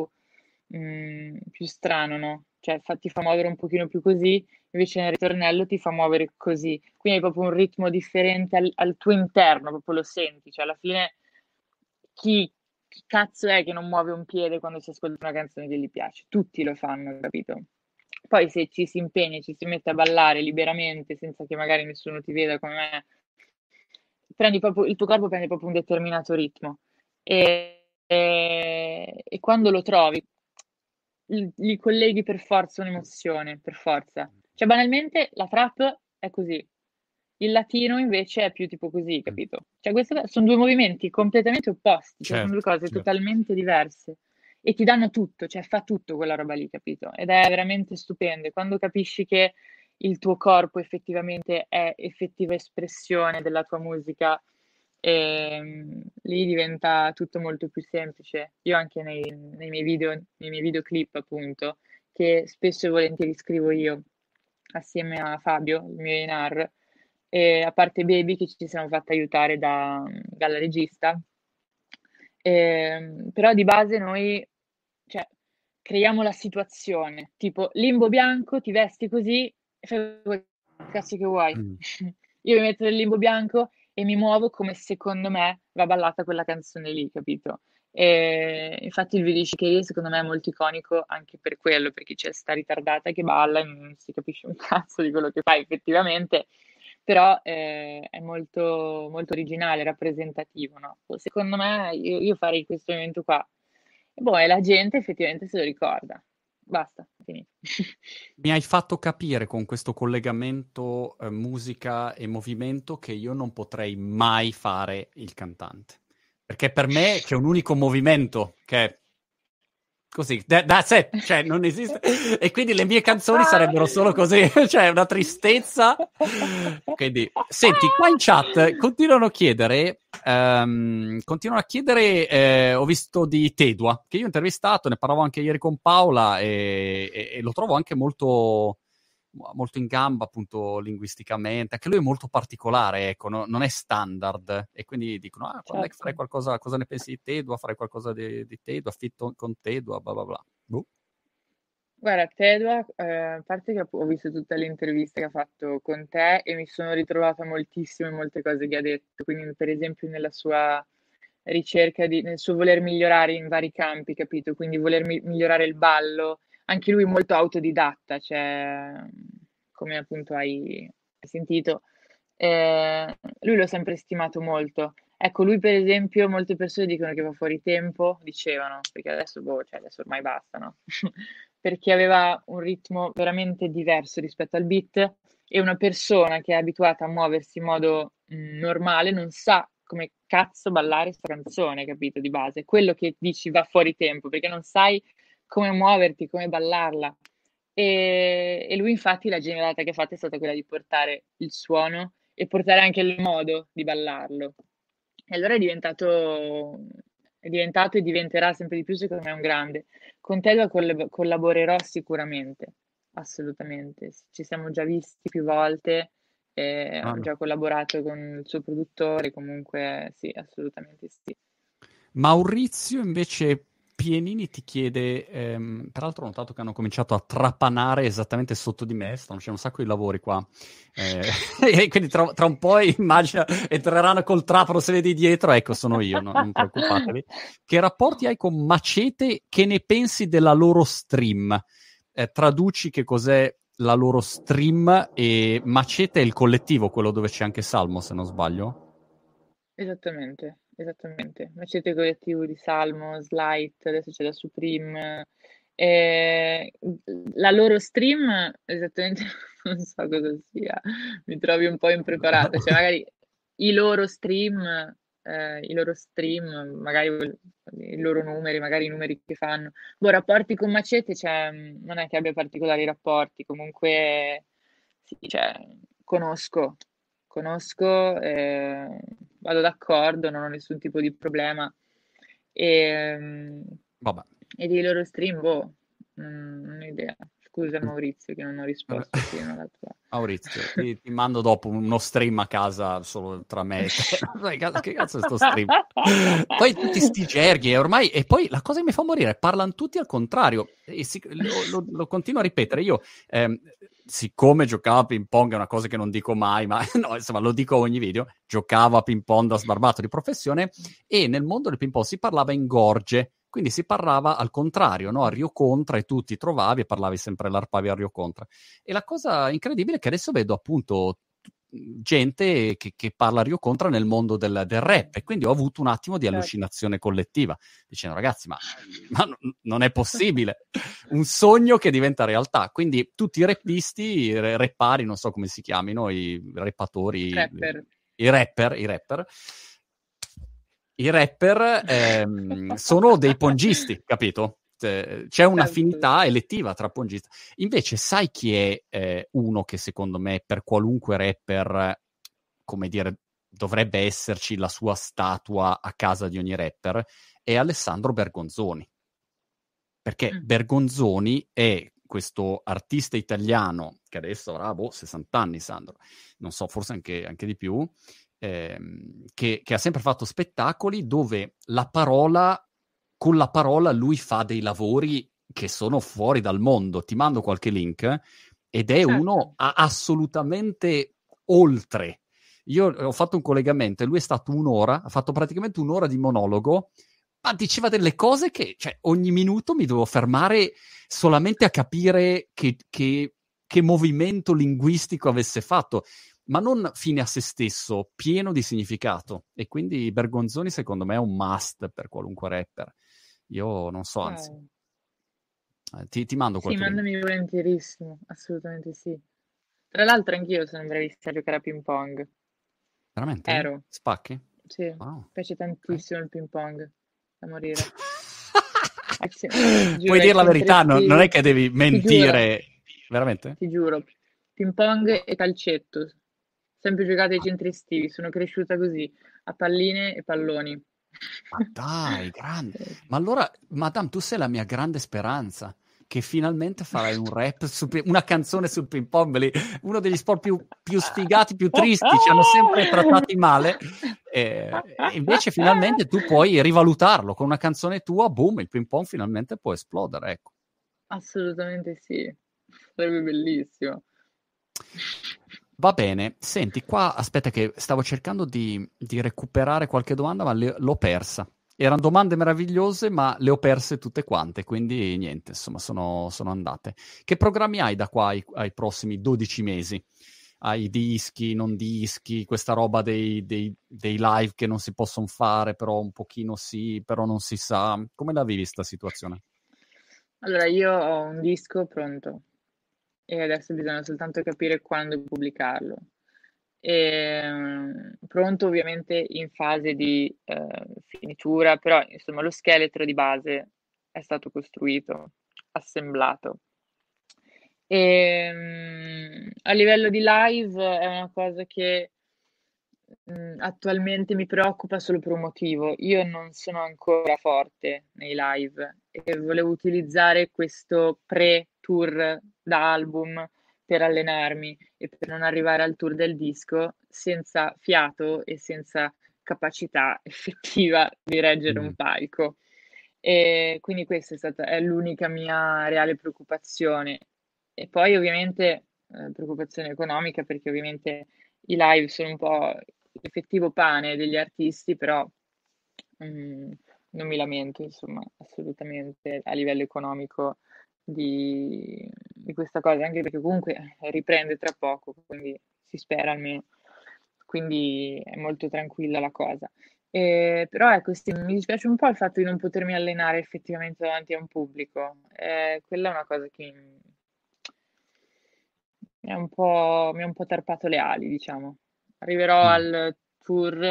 più strano, no? Cioè, ti fa muovere un pochino più così, invece nel ritornello ti fa muovere così. Quindi hai proprio un ritmo differente al tuo interno, proprio lo senti. Cioè, alla fine, chi cazzo è che non muove un piede quando si ascolta una canzone che gli piace? Tutti lo fanno, capito? Poi se ci si impegna, ci si mette a ballare liberamente, senza che magari nessuno ti veda come me, il tuo corpo prende proprio un determinato ritmo e quando lo trovi, gli colleghi per forza un'emozione, per forza. Cioè, banalmente, la trap è così. Il latino invece è più tipo così, Mm. capito? Cioè, questi sono due movimenti completamente opposti, cioè sono due Certo, cose certo. totalmente diverse e ti danno tutto, cioè fa tutto quella roba lì, capito? Ed è veramente stupendo. E quando capisci che il tuo corpo effettivamente è effettiva espressione della tua musica, lì diventa tutto molto più semplice. Io anche nei miei video, nei miei videoclip, appunto, che spesso e volentieri scrivo io assieme a Fabio, il mio A&R, e a parte Baby che ci siamo fatti aiutare dalla regista. Però di base noi, cioè, creiamo la situazione, tipo Limbo Bianco, ti vesti così e fai quel cazzo che vuoi. Io mi metto nel limbo bianco e mi muovo come secondo me va ballata quella canzone lì, capito? E infatti il video di Shakira secondo me è molto iconico anche per quello, perché c'è sta ritardata che balla e non si capisce un cazzo di quello che fa effettivamente, però è molto, molto originale, rappresentativo, no? Secondo me io farei questo evento qua. E boh, e la gente effettivamente se lo ricorda. Basta, finito. Mi hai fatto capire con questo collegamento musica e movimento che io non potrei mai fare il cantante. Perché per me c'è un unico movimento che è così, that's it, cioè non esiste. E quindi le mie canzoni sarebbero solo così, cioè una tristezza. Quindi, senti, qua in chat continuano a chiedere, ho visto di Tedua, che io ho intervistato, ne parlavo anche ieri con Paola e lo trovo anche molto molto in gamba appunto linguisticamente, anche lui è molto particolare, ecco, non è standard, e quindi dicono, quando è che farai Certo. qualcosa, cosa ne pensi di Tedua, farai qualcosa di Tedua, fitto con Tedua, bla bla bla. Boh. Guarda, Tedua, a parte che ho visto tutte le interviste che ha fatto con te e mi sono ritrovata moltissimo in molte cose che ha detto, quindi per esempio nella sua ricerca, nel suo voler migliorare in vari campi, capito? Quindi voler migliorare il ballo, anche lui molto autodidatta, cioè, come appunto hai sentito, lui l'ho sempre stimato molto. Ecco, lui per esempio, molte persone dicono che va fuori tempo, dicevano, perché adesso, boh, cioè adesso ormai basta, no? Perché aveva un ritmo veramente diverso rispetto al beat e una persona che è abituata a muoversi in modo normale non sa come cazzo ballare questa canzone, capito, di base. Quello che dici va fuori tempo, perché non sai come muoverti, come ballarla. E lui infatti la genialata che ha fatto è stata quella di portare il suono e portare anche il modo di ballarlo. E allora è diventato e diventerà sempre di più, secondo me, un grande. Con te collaborerò sicuramente, assolutamente. Ci siamo già visti più volte, Ah, ho no. già collaborato con il suo produttore, comunque sì, assolutamente sì. Maurizio invece Pienini ti chiede, peraltro ho notato che hanno cominciato a trapanare esattamente sotto di me, stanno facendo un sacco di lavori qua, e quindi tra un po' immagina entreranno col trapano, se vedi dietro, ecco sono io, non preoccupatevi. Che rapporti hai con Macete, che ne pensi della loro stream? Traduci che cos'è la loro stream, e Macete è il collettivo, quello dove c'è anche Salmo se non sbaglio. Esattamente, esattamente. Macete collettivo di Salmo, Slight, adesso c'è la Supreme. Eh, la loro stream, esattamente, non so cosa sia, mi trovi un po' impreparata. Cioè, magari i loro stream, magari i loro numeri, magari i numeri che fanno. Boh, rapporti con Macete, cioè, non è che abbia particolari rapporti, comunque, sì, cioè, conosco. Conosco, vado d'accordo, non ho nessun tipo di problema. E, Vabbè. e dei loro stream, boh, non ho idea. Scusa Maurizio che non ho Vabbè. risposto prima alla tua. Maurizio, ti mando dopo uno stream a casa solo tra me e te. Che cazzo è sto stream? Poi tutti sti gerghi, e ormai, e poi la cosa che mi fa morire, parlano tutti al contrario, e lo continuo a ripetere. Io, siccome giocavo a ping pong, è una cosa che non dico mai, ma no, insomma lo dico a ogni video, giocavo a ping pong da sbarbato di professione, e nel mondo del ping pong si parlava in gorge. Quindi si parlava al contrario, no? A Rio Contra, e tu ti trovavi e parlavi sempre l'arpavi a Rio Contra. E la cosa incredibile è che adesso vedo appunto gente che parla Rio Contra nel mondo del rap, e quindi ho avuto un attimo di Certo. allucinazione collettiva, dicendo ragazzi, ma non è possibile, un sogno che diventa realtà. Quindi tutti i rappisti, rappari, non so come si chiamino, i rappatori, Rapper. I rapper sono dei pongisti, capito? C'è Certo. un'affinità elettiva tra pongista. Invece, sai chi è uno che secondo me per qualunque rapper, come dire, dovrebbe esserci la sua statua a casa di ogni rapper? È Alessandro Bergonzoni. Perché Mm. Bergonzoni è questo artista italiano che adesso avrà 60 anni, Sandro, non so, forse anche di più, che ha sempre fatto spettacoli dove con la parola lui fa dei lavori che sono fuori dal mondo. Ti mando qualche link ed è Certo. uno assolutamente oltre. Io ho fatto un collegamento e lui è stato un'ora, ha fatto praticamente un'ora di monologo, ma diceva delle cose che, cioè, ogni minuto mi dovevo fermare solamente a capire che movimento linguistico avesse fatto, ma non fine a se stesso, pieno di significato. E quindi Bergonzoni secondo me è un must per qualunque rapper. Io non so, anzi. Wow. Ti mando Sì, qualche link. mandami volentierissimo, assolutamente sì. Tra l'altro anch'io sono bravissima a giocare a ping pong. Veramente? Ero, Spacchi? sì, mi Wow. piace Ok. tantissimo il ping pong, da morire. Puoi Giuro, ai dire la centri verità, non è estivi, che devi ti giuro, mentire. Veramente? ti giuro, ping pong e calcetto, sempre giocate ai centri estivi, sono cresciuta così, a palline e palloni. Ma dai, grande. Sì. Ma allora, Madame, tu sei la mia grande speranza, che finalmente farai un rap, una canzone sul ping pong, uno degli sport più sfigati, più tristi, ci hanno sempre trattati male. E invece finalmente tu puoi rivalutarlo con una canzone tua, boom, il ping pong finalmente può esplodere, ecco. Assolutamente sì, sarebbe bellissimo. Va bene, senti, qua aspetta che stavo cercando di recuperare qualche domanda, ma l'ho persa. Erano domande meravigliose, ma le ho perse tutte quante, quindi niente, insomma, sono andate. Che programmi hai da qua ai prossimi 12 mesi? Hai dischi, non dischi, questa roba dei live che non si possono fare, però un pochino sì, però non si sa. Come la vivi sta situazione? Allora, io ho un disco pronto e adesso bisogna soltanto capire quando pubblicarlo. Pronto ovviamente in fase di finitura, però insomma lo scheletro di base è stato costruito, assemblato. A livello di live è una cosa che attualmente mi preoccupa solo per un motivo. Io non sono ancora forte nei live e volevo utilizzare questo pre-tour da album per allenarmi e per non arrivare al tour del disco senza fiato e senza capacità effettiva di reggere un Mm. palco. E quindi questa è l'unica mia reale preoccupazione. E poi ovviamente preoccupazione economica perché ovviamente i live sono un po' l'effettivo pane degli artisti, però non mi lamento, insomma, assolutamente a livello economico di questa cosa, anche perché comunque riprende tra poco, quindi si spera almeno. Quindi è molto tranquilla la cosa. Però ecco, sì, mi dispiace un po' il fatto di non potermi allenare effettivamente davanti a un pubblico. Quella è una cosa che mi ha un po' tarpato le ali, diciamo. Arriverò Mm. al tour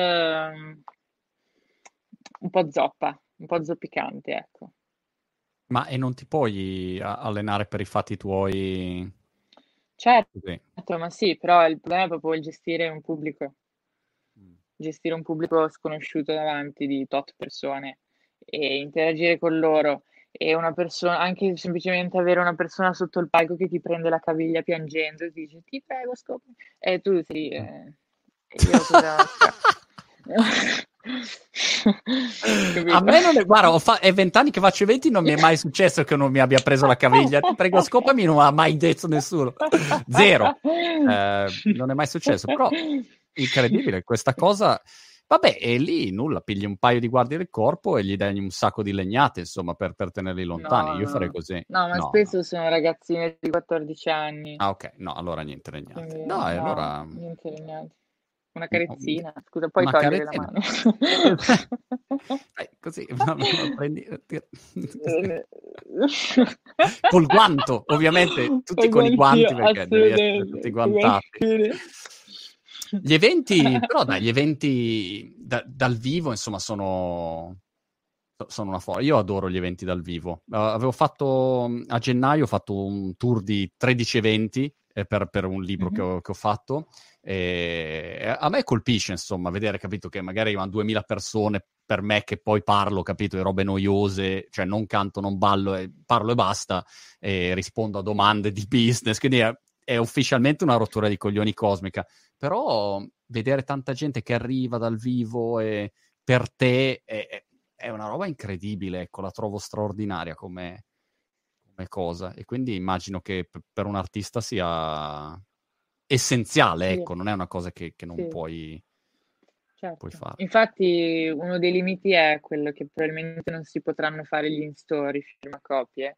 un po' zoppa, un po' zoppicante, ecco. Ma e non ti puoi allenare per i fatti tuoi? Così. Certo, ma sì, però il problema è proprio il Mm. gestire un pubblico sconosciuto davanti di tot persone e interagire con loro e una persona, anche semplicemente avere una persona sotto il palco che ti prende la caviglia piangendo e ti dice ti prego scopri e tu sì, e io cosa cioè. A Capito? me non è, guarda, è 20 anni che faccio eventi, non mi è mai successo che non mi abbia preso la caviglia. Ti prego, scopami, non ha mai detto nessuno. Zero. Non è mai successo, però incredibile questa cosa. Vabbè, e lì nulla, pigli un paio di guardie del corpo e gli dai un sacco di legnate, insomma, per tenerli lontani. No, Io farei no. così. No, ma No, no. spesso sono ragazzine di 14 anni, Ah, ok, no, allora niente legnate. quindi No, e no, allora niente di niente. Una no, carezzina, scusa, puoi una togliere la caretina. mano. Così, no, prendi, col guanto, ovviamente, tutti con i Uguale anch'io, guanti perché devi essere tutti assolutamente, uguale guantati. anch'io. Gli eventi, però dai, gli eventi dal vivo, insomma, sono una Io adoro gli eventi dal vivo. Avevo fatto, a gennaio, ho fatto un tour di 13 eventi per un libro che Mhm. ho fatto. E a me colpisce, insomma, vedere, capito, che magari arrivano 2000 persone per me che poi parlo, capito, di robe noiose, cioè non canto, non ballo, parlo e basta, e rispondo a domande di business, quindi è ufficialmente una rottura di coglioni cosmica. Però vedere tanta gente che arriva dal vivo e per te è una roba incredibile, ecco, la trovo straordinaria come cosa, e quindi immagino che per un artista sia essenziale, Sì, ecco, non è una cosa che non sì, puoi certo. fare. Infatti uno dei limiti è quello che probabilmente non si potranno fare gli in-store, i firmacopie.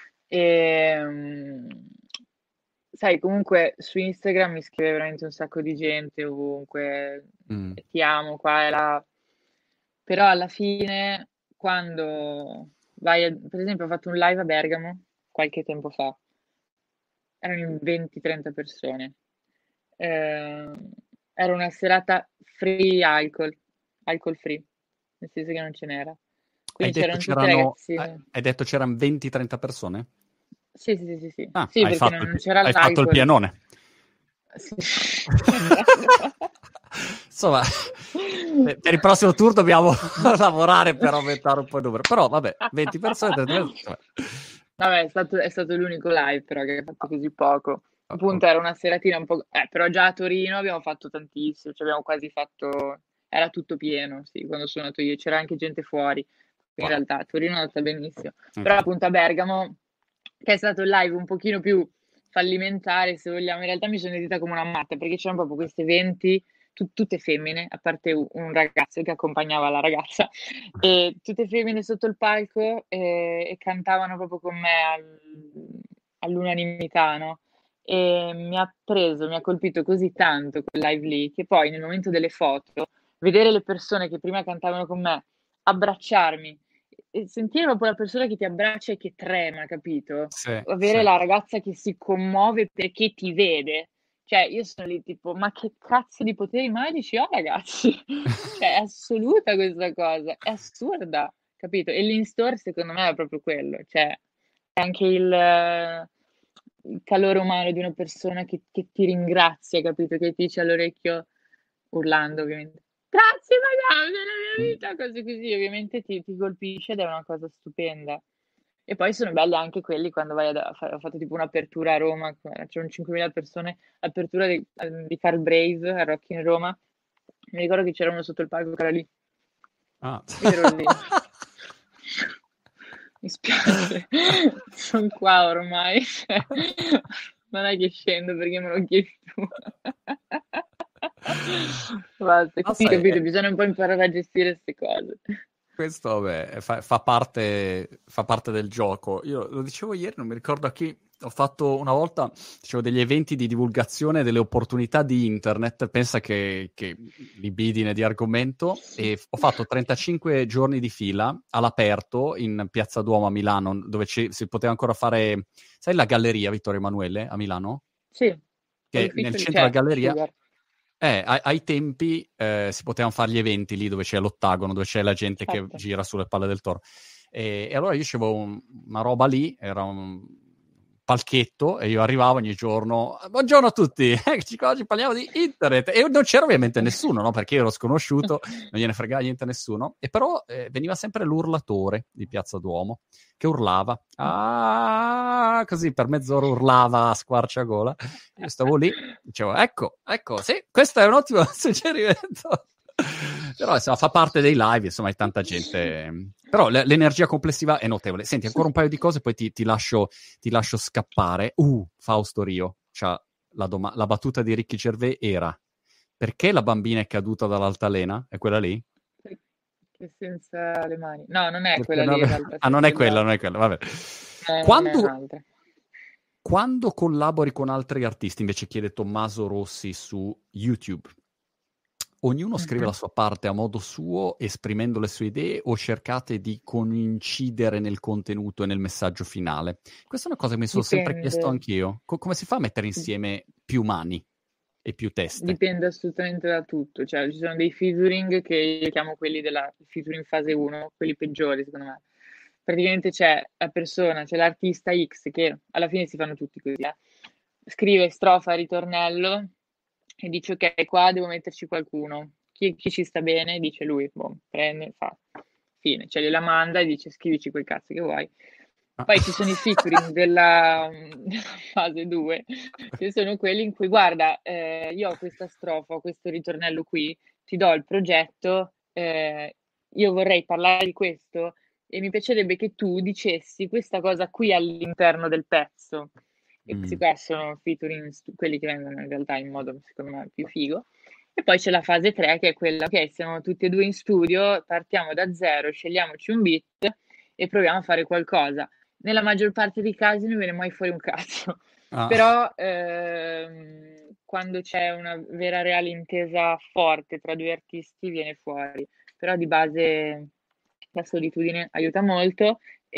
Ehm, Sai, comunque su Instagram mi scrive veramente un sacco di gente ovunque, Mm. ti amo qua e là, però alla fine quando per esempio ho fatto un live a Bergamo qualche tempo fa, erano in 20-30 persone. Era una serata free alcol, alcol free, nel senso che non ce n'era. Hai Quindi detto c'erano tutte c'erano, ragazzine. hai detto c'erano 20-30 persone? Sì, sì, sì, sì, sì. Ah, Sì, perché non c'era hai fatto il l'alcol. pianone. Sì. Insomma, per il prossimo tour dobbiamo lavorare per aumentare un po' il numero. Però vabbè, 20 persone, 30 persone. Vabbè, è stato l'unico live però che ha fatto così poco. Ok. Appunto era una seratina un po'. Però già a Torino abbiamo fatto tantissimo, cioè abbiamo quasi fatto. Era tutto pieno, sì, quando sono andato io. C'era anche gente fuori. In Wow. realtà a Torino è andata benissimo. Però Ok. appunto a Bergamo, che è stato il live un pochino più fallimentare, se vogliamo, in realtà mi sono sentita come una matta, perché c'erano proprio queste 20, tutte femmine, a parte un ragazzo che accompagnava la ragazza, e tutte femmine sotto il palco e cantavano proprio con me all'unanimità, no? E mi ha colpito così tanto quel live lì, che poi nel momento delle foto, vedere le persone che prima cantavano con me abbracciarmi e sentire proprio la persona che ti abbraccia e che trema, capito? Sì, Avere sì. la ragazza che si commuove perché ti vede. Cioè, io sono lì tipo, ma che cazzo di poteri magici ho, ragazzi? Cioè, è assoluta questa cosa, è assurda, capito? E l'in-store secondo me è proprio quello, cioè, è anche il calore umano di una persona che ti ringrazia, capito? Che ti dice all'orecchio, urlando ovviamente, grazie madame della mia vita, cose così, ovviamente ti colpisce ed è una cosa stupenda. E poi sono belli anche quelli quando vai a fare, ho fatto tipo un'apertura a Roma, c'erano 5.000 persone, apertura di Carl Brave a Rock in Roma. Mi ricordo che c'era uno sotto il palco che era lì. Ah. Io ero lì. Mi spiace, sono qua ormai. Cioè, non è che scendo perché me lo chiedi tu. Basta, No, quindi sai, capito, bisogna un po' imparare a gestire queste cose. questo vabbè, fa parte del gioco. Io lo dicevo ieri, non mi ricordo a chi, ho fatto una volta, dicevo, degli eventi di divulgazione delle opportunità di internet, pensa che libidine di argomento, e ho fatto 35 giorni di fila all'aperto in Piazza Duomo a Milano, dove si poteva ancora fare, sai la galleria Vittorio Emanuele a Milano? Sì, ho Che nel l'ufficio lì, centro della cioè, galleria Sugar. ai tempi si potevano fare gli eventi lì dove c'è l'ottagono, dove c'è la gente che Certo. gira sulle palle del toro. E allora io avevo una roba lì, era un palchetto, e io arrivavo ogni giorno, buongiorno a tutti, oggi parliamo di internet, e non c'era ovviamente nessuno, no? Perché io ero sconosciuto, non gliene fregava niente a nessuno, e però veniva sempre l'urlatore di Piazza Duomo, che urlava, così per mezz'ora urlava a squarciagola. Io stavo lì, dicevo, ecco, sì, questo è un ottimo suggerimento. Però insomma, fa parte dei live, insomma, hai tanta gente. Però l'energia complessiva è notevole. Senti, ancora un paio di cose, poi ti lascio scappare. Fausto Rio, cioè, la battuta di Ricky Gervais era: perché la bambina è caduta dall'altalena? È quella lì? Che senza le mani. No, non è Perché quella lì in realtà, Ah, sto non è quella, sbagliando. non è quella, vabbè. No, non è Quando, un'altra. quando collabori con altri artisti, invece, chiede Tommaso Rossi su YouTube, ognuno scrive la Mhm. sua parte a modo suo, esprimendo le sue idee, o cercate di coincidere nel contenuto e nel messaggio finale? Questa è una cosa che mi sono sempre chiesto Dipende. anch'io. Come si fa a mettere insieme più mani e più teste? Dipende assolutamente da tutto, cioè ci sono dei featuring che io chiamo quelli della featuring fase 1, quelli peggiori secondo me. Praticamente c'è la persona, c'è l'artista X che alla fine si fanno tutti così, scrive strofa, ritornello e dice ok, qua devo metterci qualcuno. Chi ci sta bene, dice lui, boh, prende, fa, fine, cioè gliela manda e dice scrivici quel cazzo che vuoi. Ah. Poi ci sono i featuring della fase 2, che sono quelli in cui, guarda, io ho questa strofa, ho questo ritornello qui, ti do il progetto, io vorrei parlare di questo, e mi piacerebbe che tu dicessi questa cosa qui all'interno del pezzo. E questi qua sono featuring, quelli che vengono in realtà in modo secondo me più figo. E poi c'è la fase 3 che è quella, ok, siamo tutti e due in studio, partiamo da zero, scegliamoci un beat e proviamo a fare qualcosa. Nella maggior parte dei casi non viene mai fuori un cazzo, però quando c'è una vera reale intesa forte tra due artisti viene fuori, però di base la solitudine aiuta molto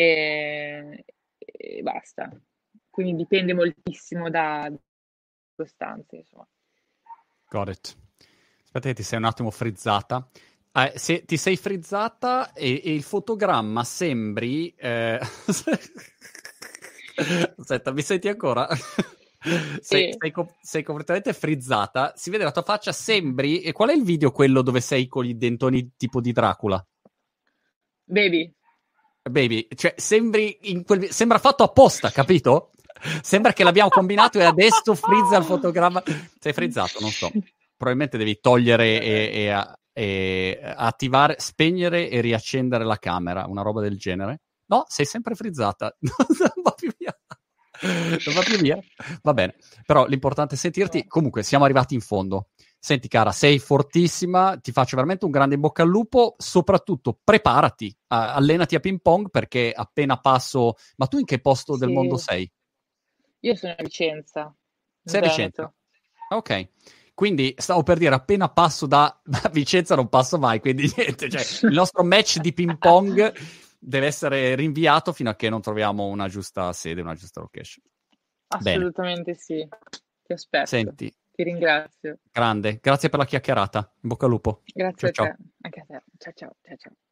e basta. Quindi dipende moltissimo da costanze, insomma. Got it. Aspetta che ti sei un attimo frizzata. Se ti sei frizzata e il fotogramma sembri... Aspetta, mi senti ancora? Sei completamente frizzata. Si vede la tua faccia, sembri... E qual è il video quello dove sei con i dentoni tipo di Dracula? Baby, cioè sembri sembra fatto apposta, capito? Sembra che l'abbiamo combinato e adesso frizza il fotogramma. Sei frizzato, non so. Probabilmente devi togliere e attivare, spegnere e riaccendere la camera, una roba del genere. No, sei sempre frizzata. Non va più via. Non va più via. Va bene. Però l'importante è sentirti. Comunque, siamo arrivati in fondo. Senti, cara, sei fortissima. Ti faccio veramente un grande in bocca al lupo. Soprattutto, preparati. Allenati a ping pong perché appena passo... Ma tu in che posto del mondo sei? Io sono a Vicenza. Sei a Vicenza? Ok. Quindi stavo per dire, appena passo da Vicenza non passo mai, quindi niente, cioè, il nostro match di ping pong deve essere rinviato fino a che non troviamo una giusta sede, una giusta location. Assolutamente. Bene. Sì, ti aspetto. Senti, ti ringrazio. Grande, grazie per la chiacchierata, in bocca al lupo. Grazie ciao, a te, anche a te. Ciao ciao.